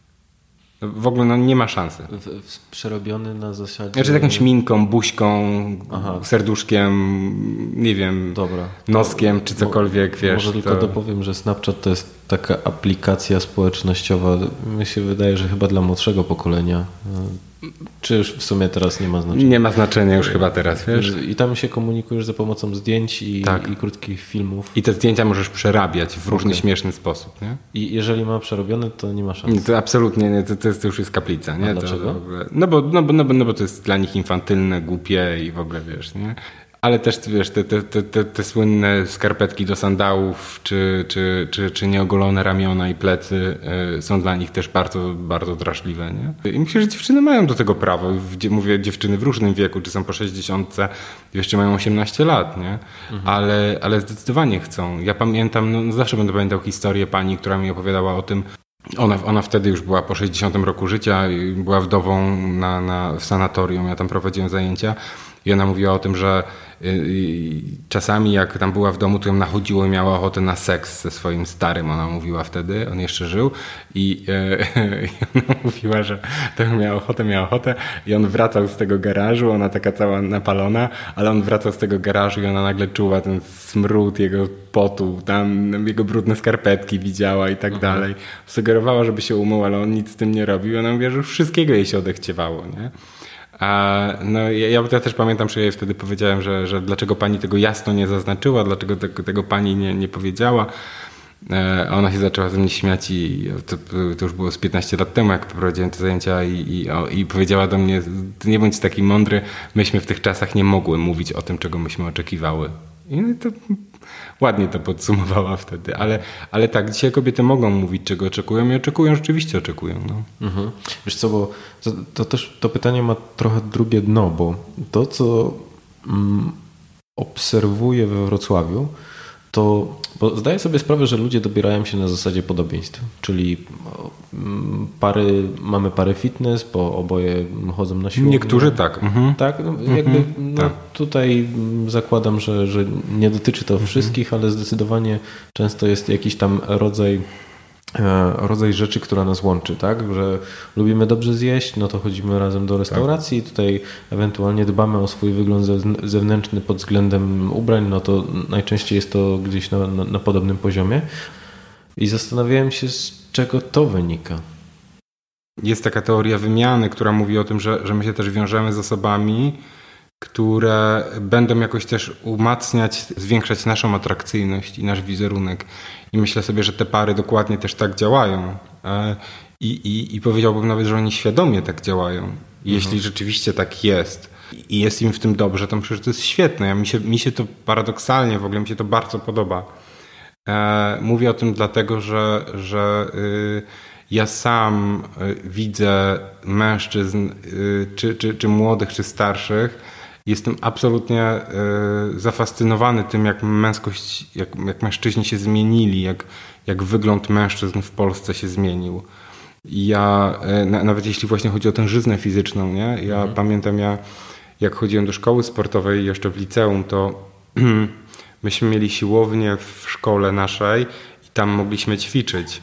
W ogóle no, nie ma szansy. W, w, przerobiony na zasadzie... Znaczy z jakąś minką, buźką, Aha. serduszkiem, nie wiem, Dobra. noskiem czy cokolwiek, Mo, wiesz. Może tylko to... dopowiem, że Snapchat to jest taka aplikacja społecznościowa, mi się wydaje, że chyba dla młodszego pokolenia. Czy już w sumie teraz nie ma znaczenia? Nie ma znaczenia już chyba teraz, wiesz. I tam się komunikujesz za pomocą zdjęć i, tak. i krótkich filmów. I te zdjęcia możesz przerabiać w różny okay. śmieszny sposób, nie? I jeżeli ma przerobione, to nie ma szans. To absolutnie nie, to, to, jest, to już jest kaplica, nie? A dlaczego? To, no, bo, no, bo, no, bo, no bo to jest dla nich infantylne, głupie i w ogóle, wiesz, nie? Ale też, wiesz, te, te, te, te, te słynne skarpetki do sandałów, czy, czy, czy, czy nieogolone ramiona i plecy y, są dla nich też bardzo, bardzo drażliwe, nie? I myślę, że dziewczyny mają do tego prawo. Mówię dziewczyny w różnym wieku, czy są po sześćdziesiątce, jeszcze mają osiemnaście lat, nie? Mhm. Ale, ale zdecydowanie chcą. Ja pamiętam, no zawsze będę pamiętał historię pani, która mi opowiadała o tym. Ona, ona wtedy już była po sześćdziesiątym roku życia, była wdową na, na, w sanatorium, ja tam prowadziłem zajęcia. I ona mówiła o tym, że czasami jak tam była w domu, to ją nachodziło i miała ochotę na seks ze swoim starym, ona mówiła wtedy, on jeszcze żył i, i ona mówiła, że to miała ochotę, miała ochotę i on wracał z tego garażu, ona taka cała napalona, ale on wracał z tego garażu i ona nagle czuła ten smród jego potu, tam jego brudne skarpetki widziała i tak mhm. dalej. Sugerowała, żeby się umył, ale on nic z tym nie robił i ona mówiła, że wszystkiego jej się odechciewało, nie? A no ja, ja też pamiętam, że ja jej wtedy powiedziałem, że, że dlaczego pani tego jasno nie zaznaczyła, dlaczego tego, tego pani nie, nie powiedziała. A ona się zaczęła ze mnie śmiać i to, to już było z piętnaście lat temu, jak prowadziłem te zajęcia i, i, o, i powiedziała do mnie, nie bądź taki mądry, myśmy w tych czasach nie mogły mówić o tym, czego myśmy oczekiwały. I to ładnie to podsumowała wtedy, ale, ale tak, dzisiaj kobiety mogą mówić, czego oczekują i oczekują, rzeczywiście oczekują. No. Mhm. Wiesz co, bo to, to też to pytanie ma trochę drugie dno, bo to, co mm, obserwuję we Wrocławiu, to bo zdaję sobie sprawę, że ludzie dobierają się na zasadzie podobieństw, czyli pary, mamy parę fitness, bo oboje chodzą na siłownię. Niektórzy tak. Mhm. Tak, no, jakby no, tak. Tutaj zakładam, że, że nie dotyczy to mhm. wszystkich, ale zdecydowanie często jest jakiś tam rodzaj rodzaj rzeczy, która nas łączy, tak? Że lubimy dobrze zjeść, no to chodzimy razem do restauracji, tak. Tutaj ewentualnie dbamy o swój wygląd zewnętrzny pod względem ubrań, no to najczęściej jest to gdzieś na, na, na podobnym poziomie. I zastanawiałem się, z czego to wynika. Jest taka teoria wymiany, która mówi o tym, że, że my się też wiążemy z osobami, które będą jakoś też umacniać, zwiększać naszą atrakcyjność i nasz wizerunek. I myślę sobie, że te pary dokładnie też tak działają. I, i, i powiedziałbym nawet, że oni świadomie tak działają. Mhm. Jeśli rzeczywiście tak jest i jest im w tym dobrze, to myślę, że to jest świetne. Ja, mi, się, mi się to paradoksalnie, w ogóle mi się to bardzo podoba. Mówię o tym dlatego, że, że ja sam widzę mężczyzn, czy, czy, czy młodych, czy starszych. Jestem absolutnie y, zafascynowany tym, jak męskość, jak, jak mężczyźni się zmienili, jak, jak wygląd mężczyzn w Polsce się zmienił. I ja, y, na, nawet jeśli właśnie chodzi o tę żyznę fizyczną, nie? Ja mhm. pamiętam, ja, jak chodziłem do szkoły sportowej jeszcze w liceum, to myśmy mieli siłownię w szkole naszej i tam mogliśmy ćwiczyć.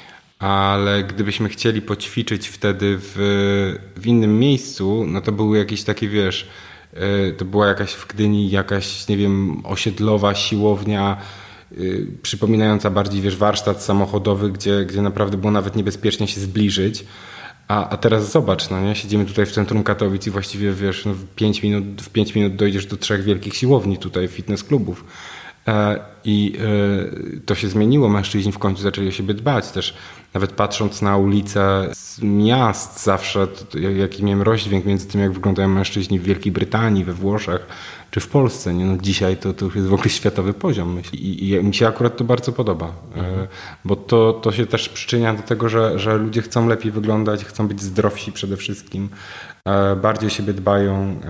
Ale gdybyśmy chcieli poćwiczyć wtedy w, w innym miejscu, no to były jakieś takie, wiesz... To była jakaś w Gdyni jakaś, nie wiem, osiedlowa siłownia, yy, przypominająca bardziej, wiesz, warsztat samochodowy, gdzie, gdzie naprawdę było nawet niebezpiecznie się zbliżyć. A, a teraz zobacz, no nie? Siedzimy tutaj w centrum Katowic i właściwie, wiesz, no w pięć minut, w pięć minut dojdziesz do trzech wielkich siłowni tutaj, fitness klubów. E, I e, to się zmieniło. Mężczyźni w końcu zaczęli o siebie dbać też. Nawet patrząc na ulice z miast zawsze, to, jaki miałem rozdźwięk między tym, jak wyglądają mężczyźni w Wielkiej Brytanii, we Włoszech czy w Polsce. Nie? No dzisiaj to, to już jest w ogóle światowy poziom, myślę. I, i mi się akurat to bardzo podoba. Mhm. E, bo to, to się też przyczynia do tego, że, że ludzie chcą lepiej wyglądać, chcą być zdrowsi przede wszystkim, e, bardziej o siebie dbają.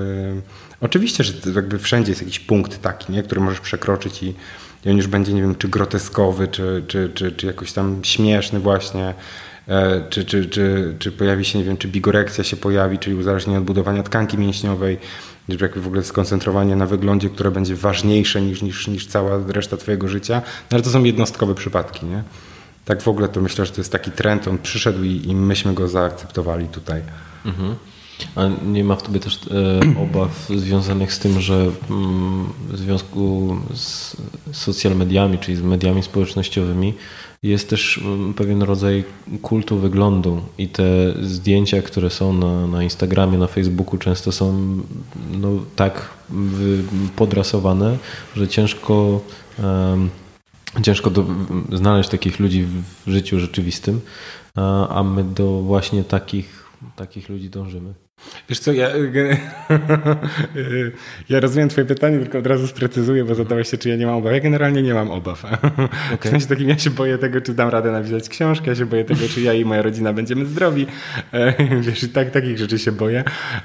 E, Oczywiście, że jakby wszędzie jest jakiś punkt taki, nie, który możesz przekroczyć i, i on już będzie, nie wiem, czy groteskowy, czy, czy, czy, czy jakoś tam śmieszny właśnie, e, czy, czy, czy, czy pojawi się, nie wiem, czy bigorekcja się pojawi, czyli uzależnienie od budowania tkanki mięśniowej, czy jakby w ogóle skoncentrowanie na wyglądzie, które będzie ważniejsze niż, niż, niż cała reszta twojego życia, no ale to są jednostkowe przypadki, nie? Tak w ogóle to myślę, że to jest taki trend, on przyszedł i, i myśmy go zaakceptowali tutaj. Mhm. A nie ma w tobie też e, obaw związanych z tym, że mm, w związku z social mediami, czyli z mediami społecznościowymi jest też pewien rodzaj kultu wyglądu i te zdjęcia, które są na, na Instagramie, na Facebooku często są no, tak podrasowane, że ciężko, um, ciężko do, znaleźć takich ludzi w życiu rzeczywistym, a, a my do właśnie takich, takich ludzi dążymy. Wiesz co, ja, ja rozumiem twoje pytanie, tylko od razu sprecyzuję, bo zadałeś się, czy ja nie mam obaw. Ja generalnie nie mam obaw. Okay. W sensie takim, ja się boję tego, czy dam radę napisać książkę, ja się boję tego, czy ja i moja rodzina będziemy zdrowi. Wiesz, i tak, takich rzeczy się boję.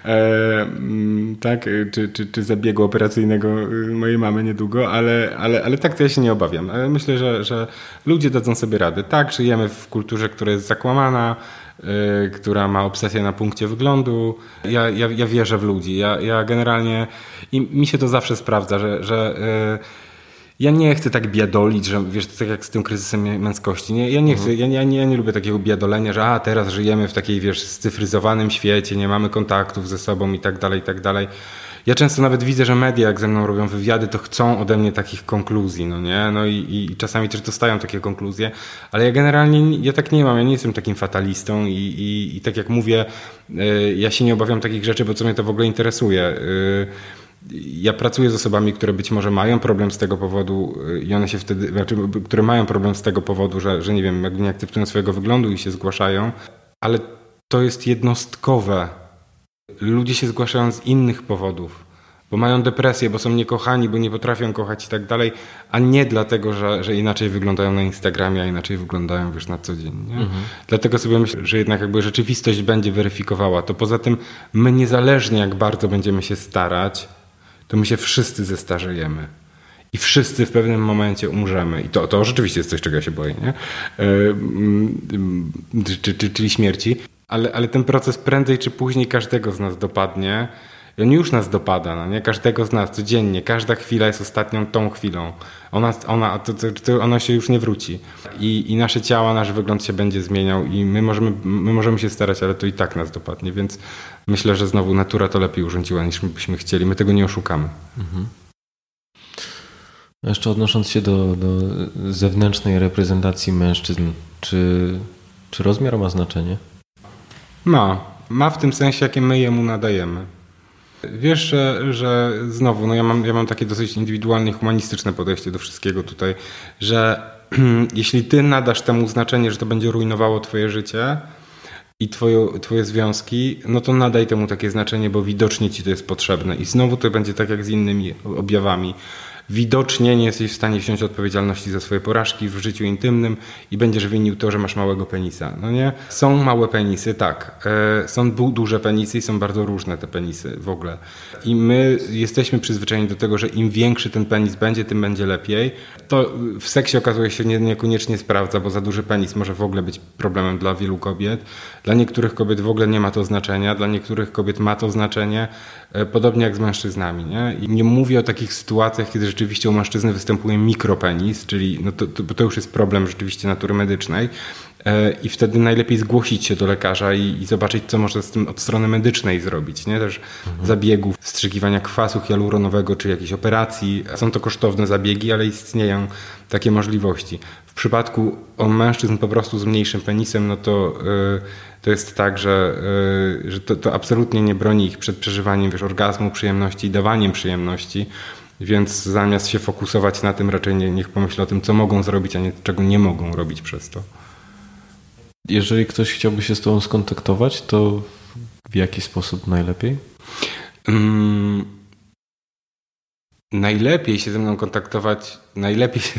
Tak, czy, czy, czy zabiegu operacyjnego mojej mamy niedługo, ale, ale, ale tak to ja się nie obawiam. Myślę, że, że ludzie dadzą sobie radę. Tak, żyjemy w kulturze, która jest zakłamana, yy, która ma obsesję na punkcie wyglądu. Ja, ja, ja wierzę w ludzi. Ja, ja generalnie i mi się to zawsze sprawdza, że, że yy, ja nie chcę tak biadolić, że wiesz, to tak jak z tym kryzysem męskości. Nie, ja nie chcę, ja, ja, nie, ja nie lubię takiego biadolenia, że a teraz żyjemy w takiej, wiesz, scyfryzowanym świecie, nie mamy kontaktów ze sobą i tak dalej, i tak dalej. Ja często nawet widzę, że media, jak ze mną robią wywiady, to chcą ode mnie takich konkluzji, no nie? No i, i czasami też dostają takie konkluzje, ale ja generalnie, ja tak nie mam, ja nie jestem takim fatalistą i, i, i tak jak mówię, yy, ja się nie obawiam takich rzeczy, bo co mnie to w ogóle interesuje. Yy, Ja pracuję z osobami, które być może mają problem z tego powodu i one się wtedy, znaczy, które mają problem z tego powodu, że, że nie wiem, jakby nie akceptują swojego wyglądu i się zgłaszają, ale to jest jednostkowe. Ludzie się zgłaszają z innych powodów, bo mają depresję, bo są niekochani, bo nie potrafią kochać i tak dalej, a nie dlatego, że, że inaczej wyglądają na Instagramie, a inaczej wyglądają, wiesz, na co dzień. Nie? Mhm. Dlatego sobie myślę, że jednak jakby rzeczywistość będzie weryfikowała to. Poza tym my niezależnie jak bardzo będziemy się starać, to my się wszyscy zestarzejemy. I wszyscy w pewnym momencie umrzemy. I to, to rzeczywiście jest coś, czego ja się boję, nie? Yy, czyli śmierci. Ale, ale ten proces prędzej czy później każdego z nas dopadnie. I on już nas dopada, no nie? Każdego z nas codziennie. Każda chwila jest ostatnią tą chwilą. Ona, ona, to, to, to ona się już nie wróci. I, I nasze ciała, nasz wygląd się będzie zmieniał i my możemy, my możemy się starać, ale to i tak nas dopadnie. Więc myślę, że znowu natura to lepiej urządziła niż my byśmy chcieli. My tego nie oszukamy. Mhm. Jeszcze odnosząc się do, do zewnętrznej reprezentacji mężczyzn, czy, czy rozmiar ma znaczenie? Ma. Ma w tym sensie, jakie my jemu nadajemy. Wiesz, że, że znowu, no ja mam, ja mam takie dosyć indywidualne i humanistyczne podejście do wszystkiego tutaj, że jeśli ty nadasz temu znaczenie, że to będzie rujnowało twoje życie i twoje, twoje związki, no to nadaj temu takie znaczenie, bo widocznie ci to jest potrzebne. I znowu to będzie tak jak z innymi objawami. Widocznie nie jesteś w stanie wziąć odpowiedzialności za swoje porażki w życiu intymnym i będziesz winił to, że masz małego penisa. No nie? Są małe penisy, tak. Są duże penisy i są bardzo różne te penisy w ogóle. I my jesteśmy przyzwyczajeni do tego, że im większy ten penis będzie, tym będzie lepiej. To w seksie okazuje się nie, niekoniecznie sprawdza, bo za duży penis może w ogóle być problemem dla wielu kobiet. Dla niektórych kobiet w ogóle nie ma to znaczenia, dla niektórych kobiet ma to znaczenie, podobnie jak z mężczyznami. Nie? I nie mówię o takich sytuacjach, kiedy rzeczywiście u mężczyzny występuje mikropenis, czyli no to, to, to już jest problem rzeczywiście natury medycznej i wtedy najlepiej zgłosić się do lekarza i, i zobaczyć, co można z tym od strony medycznej zrobić. Nie? Też mhm. zabiegów, wstrzykiwania kwasu hialuronowego czy jakiejś operacji. Są to kosztowne zabiegi, ale istnieją takie możliwości. W przypadku mężczyzn po prostu z mniejszym penisem, no to yy, to jest tak, że, yy, że to, to absolutnie nie broni ich przed przeżywaniem, wiesz, orgazmu, przyjemności i dawaniem przyjemności. Więc zamiast się fokusować na tym, raczej nie, niech pomyślą o tym, co mogą zrobić, a nie czego nie mogą robić przez to. Jeżeli ktoś chciałby się z tobą skontaktować, to w jaki sposób najlepiej? Hmm, najlepiej się ze mną kontaktować, najlepiej się...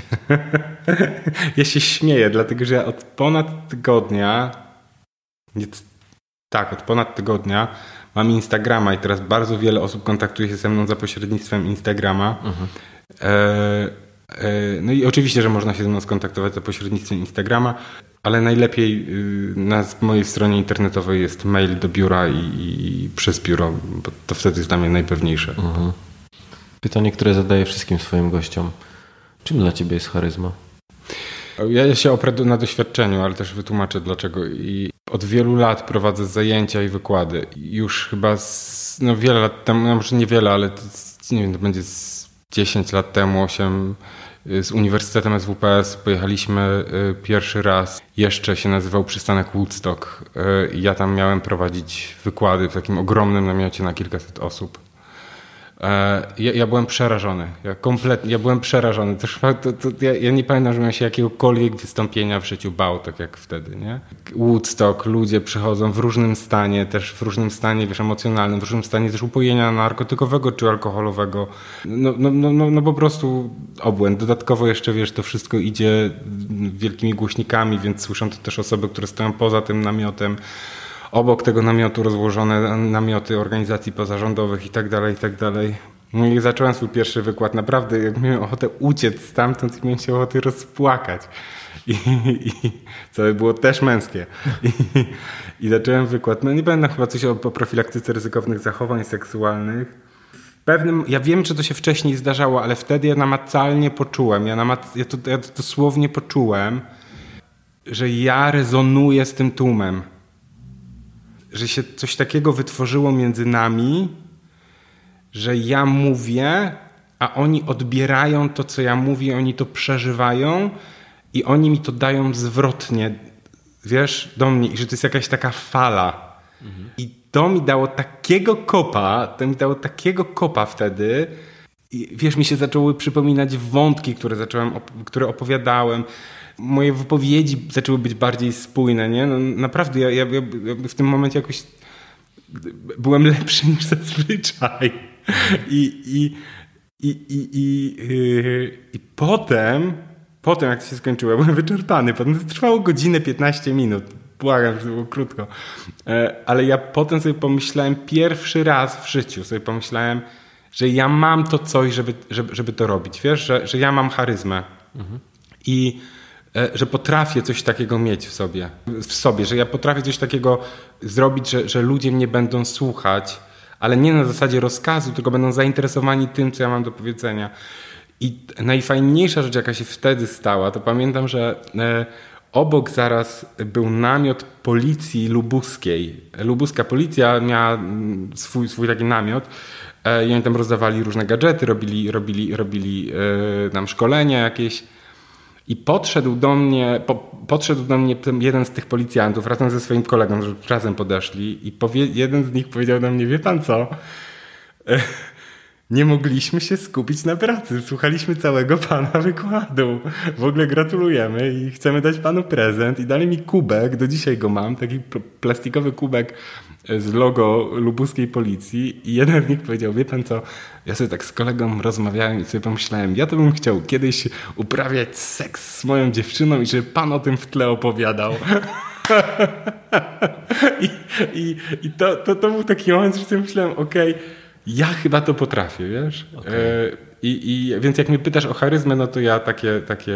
Ja się śmieję, dlatego że od ponad tygodnia, nie, tak, od ponad tygodnia mam Instagrama i teraz bardzo wiele osób kontaktuje się ze mną za pośrednictwem Instagrama. Mhm. E, e, no i oczywiście, że można się ze mną skontaktować za pośrednictwem Instagrama, ale najlepiej na mojej stronie internetowej jest mail do biura i, i przez biuro, bo to wtedy jest dla mnie najpewniejsze. Mhm. Pytanie, które zadaję wszystkim swoim gościom. Czym dla ciebie jest charyzma? Ja się oprę na doświadczeniu, ale też wytłumaczę dlaczego. I od wielu lat prowadzę zajęcia i wykłady. Już chyba z, no wiele lat temu, no może niewiele, ale to, nie wiem, to będzie z dziesięć lat temu, osiem, z Uniwersytetem S W P S pojechaliśmy pierwszy raz. Jeszcze się nazywał przystanek Woodstock. I ja tam miałem prowadzić wykłady w takim ogromnym namiocie na kilkaset osób. Ja, ja byłem przerażony. Ja kompletnie, ja byłem przerażony. To, to, to, ja, ja nie pamiętam, żebym się jakiegokolwiek wystąpienia w życiu bał, tak jak wtedy, nie? Woodstock, ludzie przychodzą w różnym stanie, też w różnym stanie, wiesz, emocjonalnym, w różnym stanie też upojenia narkotykowego czy alkoholowego. No, no, no, no, no po prostu obłęd. Dodatkowo jeszcze, wiesz, to wszystko idzie wielkimi głośnikami, więc słyszą to też osoby, które stoją poza tym namiotem. Obok tego namiotu rozłożone namioty organizacji pozarządowych i tak dalej, i tak dalej. No i zacząłem swój pierwszy wykład. Naprawdę, jak miałem ochotę uciec stamtąd i miałem się ochotę rozpłakać. I, i co było też męskie. I, i zacząłem wykład. No nie pamiętam, chyba coś o, o profilaktyce ryzykownych zachowań seksualnych. W pewnym, ja wiem, że to się wcześniej zdarzało, ale wtedy ja namacalnie poczułem, ja, namac, ja, to, ja to dosłownie poczułem, że ja rezonuję z tym tłumem. Że się coś takiego wytworzyło między nami, że ja mówię, a oni odbierają to, co ja mówię, oni to przeżywają i oni mi to dają zwrotnie, wiesz, do mnie. I że to jest jakaś taka fala. Mhm. I to mi dało takiego kopa, to mi dało takiego kopa wtedy. I wiesz, mi się zaczęły przypominać wątki, które zacząłem, które opowiadałem. Moje wypowiedzi zaczęły być bardziej spójne, nie? No, naprawdę, ja, ja, ja w tym momencie jakoś byłem lepszy niż zazwyczaj. I, i, i, i, i, yy, i potem, potem jak to się skończyło, byłem wyczerpany. Potem to trwało godzinę, piętnaście minut. Błagam, że to było krótko. Ale ja potem sobie pomyślałem, pierwszy raz w życiu sobie pomyślałem, że ja mam to coś, żeby, żeby, żeby to robić. Wiesz, że, że ja mam charyzmę. Mhm. I że potrafię coś takiego mieć w sobie, w sobie, że ja potrafię coś takiego zrobić, że, że ludzie mnie będą słuchać, ale nie na zasadzie rozkazu, tylko będą zainteresowani tym, co ja mam do powiedzenia. I najfajniejsza rzecz, jaka się wtedy stała, to pamiętam, że e, obok zaraz był namiot policji lubuskiej. Lubuska policja miała swój, swój taki namiot e, i oni tam rozdawali różne gadżety, robili, robili, robili e, tam szkolenia jakieś. I podszedł do mnie, po, podszedł do mnie jeden z tych policjantów razem ze swoim kolegą, że razem podeszli i powie, jeden z nich powiedział do mnie, wie pan co, nie mogliśmy się skupić na pracy, słuchaliśmy całego pana wykładu, w ogóle gratulujemy i chcemy dać panu prezent i dali mi kubek, do dzisiaj go mam, taki plastikowy kubek z logo lubuskiej policji i jeden z nich powiedział, wie pan co, ja sobie tak z kolegą rozmawiałem i sobie pomyślałem, ja to bym chciał kiedyś uprawiać seks z moją dziewczyną i żeby pan o tym w tle opowiadał. I, i, i to, to, to był taki moment, że sobie myślałem, okej, okay, ja chyba to potrafię, wiesz? Okay. I, i, więc jak mnie pytasz o charyzmę, no to ja takie, takie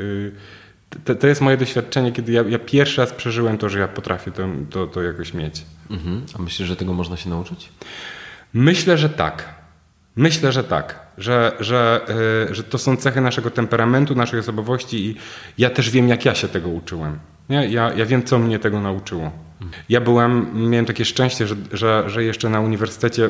to, to jest moje doświadczenie, kiedy ja, ja pierwszy raz przeżyłem to, że ja potrafię to, to, to jakoś mieć. Mhm. A myślisz, że tego można się nauczyć? Myślę, że tak. Myślę, że tak. Że, że, yy, że to są cechy naszego temperamentu, naszej osobowości i ja też wiem, jak ja się tego uczyłem. Nie? Ja, ja wiem, co mnie tego nauczyło. Mhm. Ja byłem, miałem takie szczęście, że, że, że jeszcze na Uniwersytecie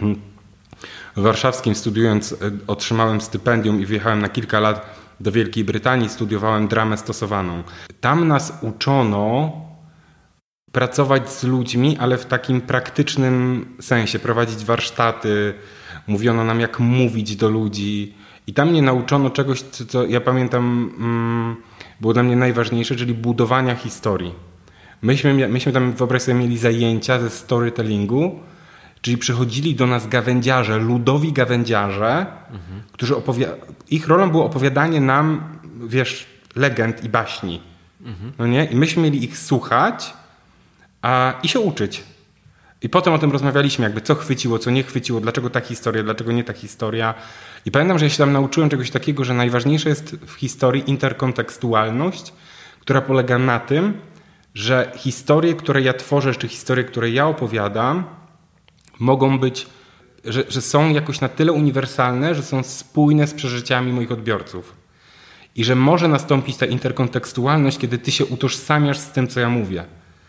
Warszawskim studiując otrzymałem stypendium i wyjechałem na kilka lat do Wielkiej Brytanii, studiowałem dramę stosowaną. Tam nas uczono pracować z ludźmi, ale w takim praktycznym sensie, prowadzić warsztaty, mówiono nam, jak mówić do ludzi i tam mnie nauczono czegoś, co, co ja pamiętam mm, było dla mnie najważniejsze, czyli budowania historii. Myśmy, myśmy tam, wyobraź sobie, mieli zajęcia ze storytellingu, czyli przychodzili do nas gawędziarze, ludowi gawędziarze, mhm. którzy opowiada... ich rolą było opowiadanie nam, wiesz, legend i baśni. Mhm. No nie? I myśmy mieli ich słuchać a... i się uczyć. I potem o tym rozmawialiśmy, jakby co chwyciło, co nie chwyciło, dlaczego ta historia, dlaczego nie ta historia. I pamiętam, że ja się tam nauczyłem czegoś takiego, że najważniejsze jest w historii interkontekstualność, która polega na tym, że historie, które ja tworzę, czy historie, które ja opowiadam, mogą być, że, że są jakoś na tyle uniwersalne, że są spójne z przeżyciami moich odbiorców. I że może nastąpić ta interkontekstualność, kiedy ty się utożsamiasz z tym, co ja mówię.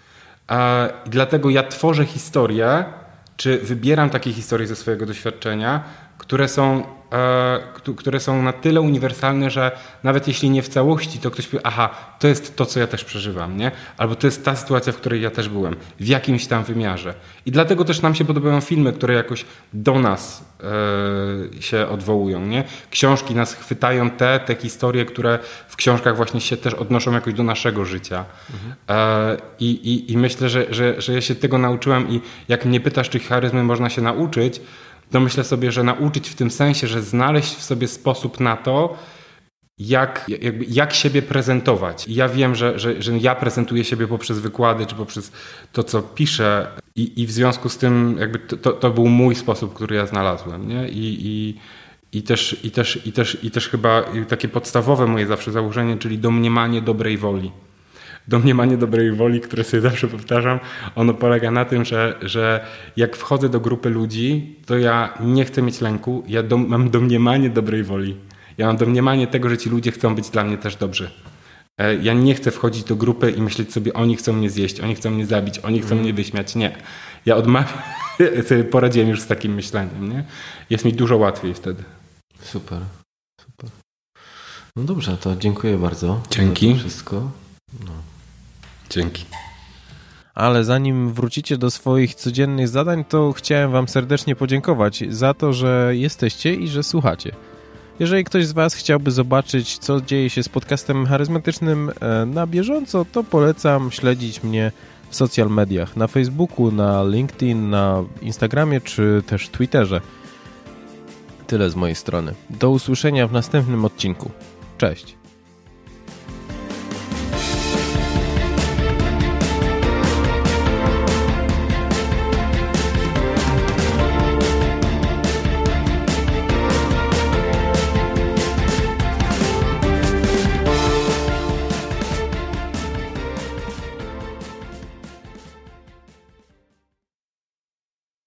I dlatego ja tworzę historie, czy wybieram takie historie ze swojego doświadczenia, które są, które są na tyle uniwersalne, że nawet jeśli nie w całości, to ktoś powie, aha, to jest to, co ja też przeżywam, nie? Albo to jest ta sytuacja, w której ja też byłem, w jakimś tam wymiarze. I dlatego też nam się podobają filmy, które jakoś do nas e, się odwołują, nie? Książki nas chwytają, te, te historie, które w książkach właśnie się też odnoszą jakoś do naszego życia. Mhm. E, i, i, I myślę, że, że, że ja się tego nauczyłem i jak mnie pytasz, czy charyzmy można się nauczyć, to myślę sobie, że nauczyć w tym sensie, że znaleźć w sobie sposób na to, jak, jakby, jak siebie prezentować. I ja wiem, że, że, że ja prezentuję siebie poprzez wykłady, czy poprzez to, co piszę I, i w związku z tym jakby to, to, to był mój sposób, który ja znalazłem, nie? I, i, i, też, i, też, i, też, i też chyba takie podstawowe moje zawsze założenie, czyli domniemanie dobrej woli. Domniemanie dobrej woli, które sobie zawsze powtarzam, ono polega na tym, że, że jak wchodzę do grupy ludzi, to ja nie chcę mieć lęku, ja dom, mam domniemanie dobrej woli. Ja mam domniemanie tego, że ci ludzie chcą być dla mnie też dobrzy. Ja nie chcę wchodzić do grupy i myśleć sobie, oni chcą mnie zjeść, oni chcą mnie zabić, oni chcą mm. mnie wyśmiać. Nie. Ja odmawiam, sobie poradziłem już z takim myśleniem. Nie? Jest mi dużo łatwiej wtedy. Super, super. No dobrze, to dziękuję bardzo. Dzięki. Za to wszystko. No. Dzięki. Ale zanim wrócicie do swoich codziennych zadań, to chciałem wam serdecznie podziękować za to, że jesteście i że słuchacie. Jeżeli ktoś z was chciałby zobaczyć, co dzieje się z podcastem charyzmatycznym na bieżąco, to polecam śledzić mnie w social mediach, na Facebooku, na LinkedIn, na Instagramie czy też Twitterze. Tyle z mojej strony. Do usłyszenia w następnym odcinku. Cześć.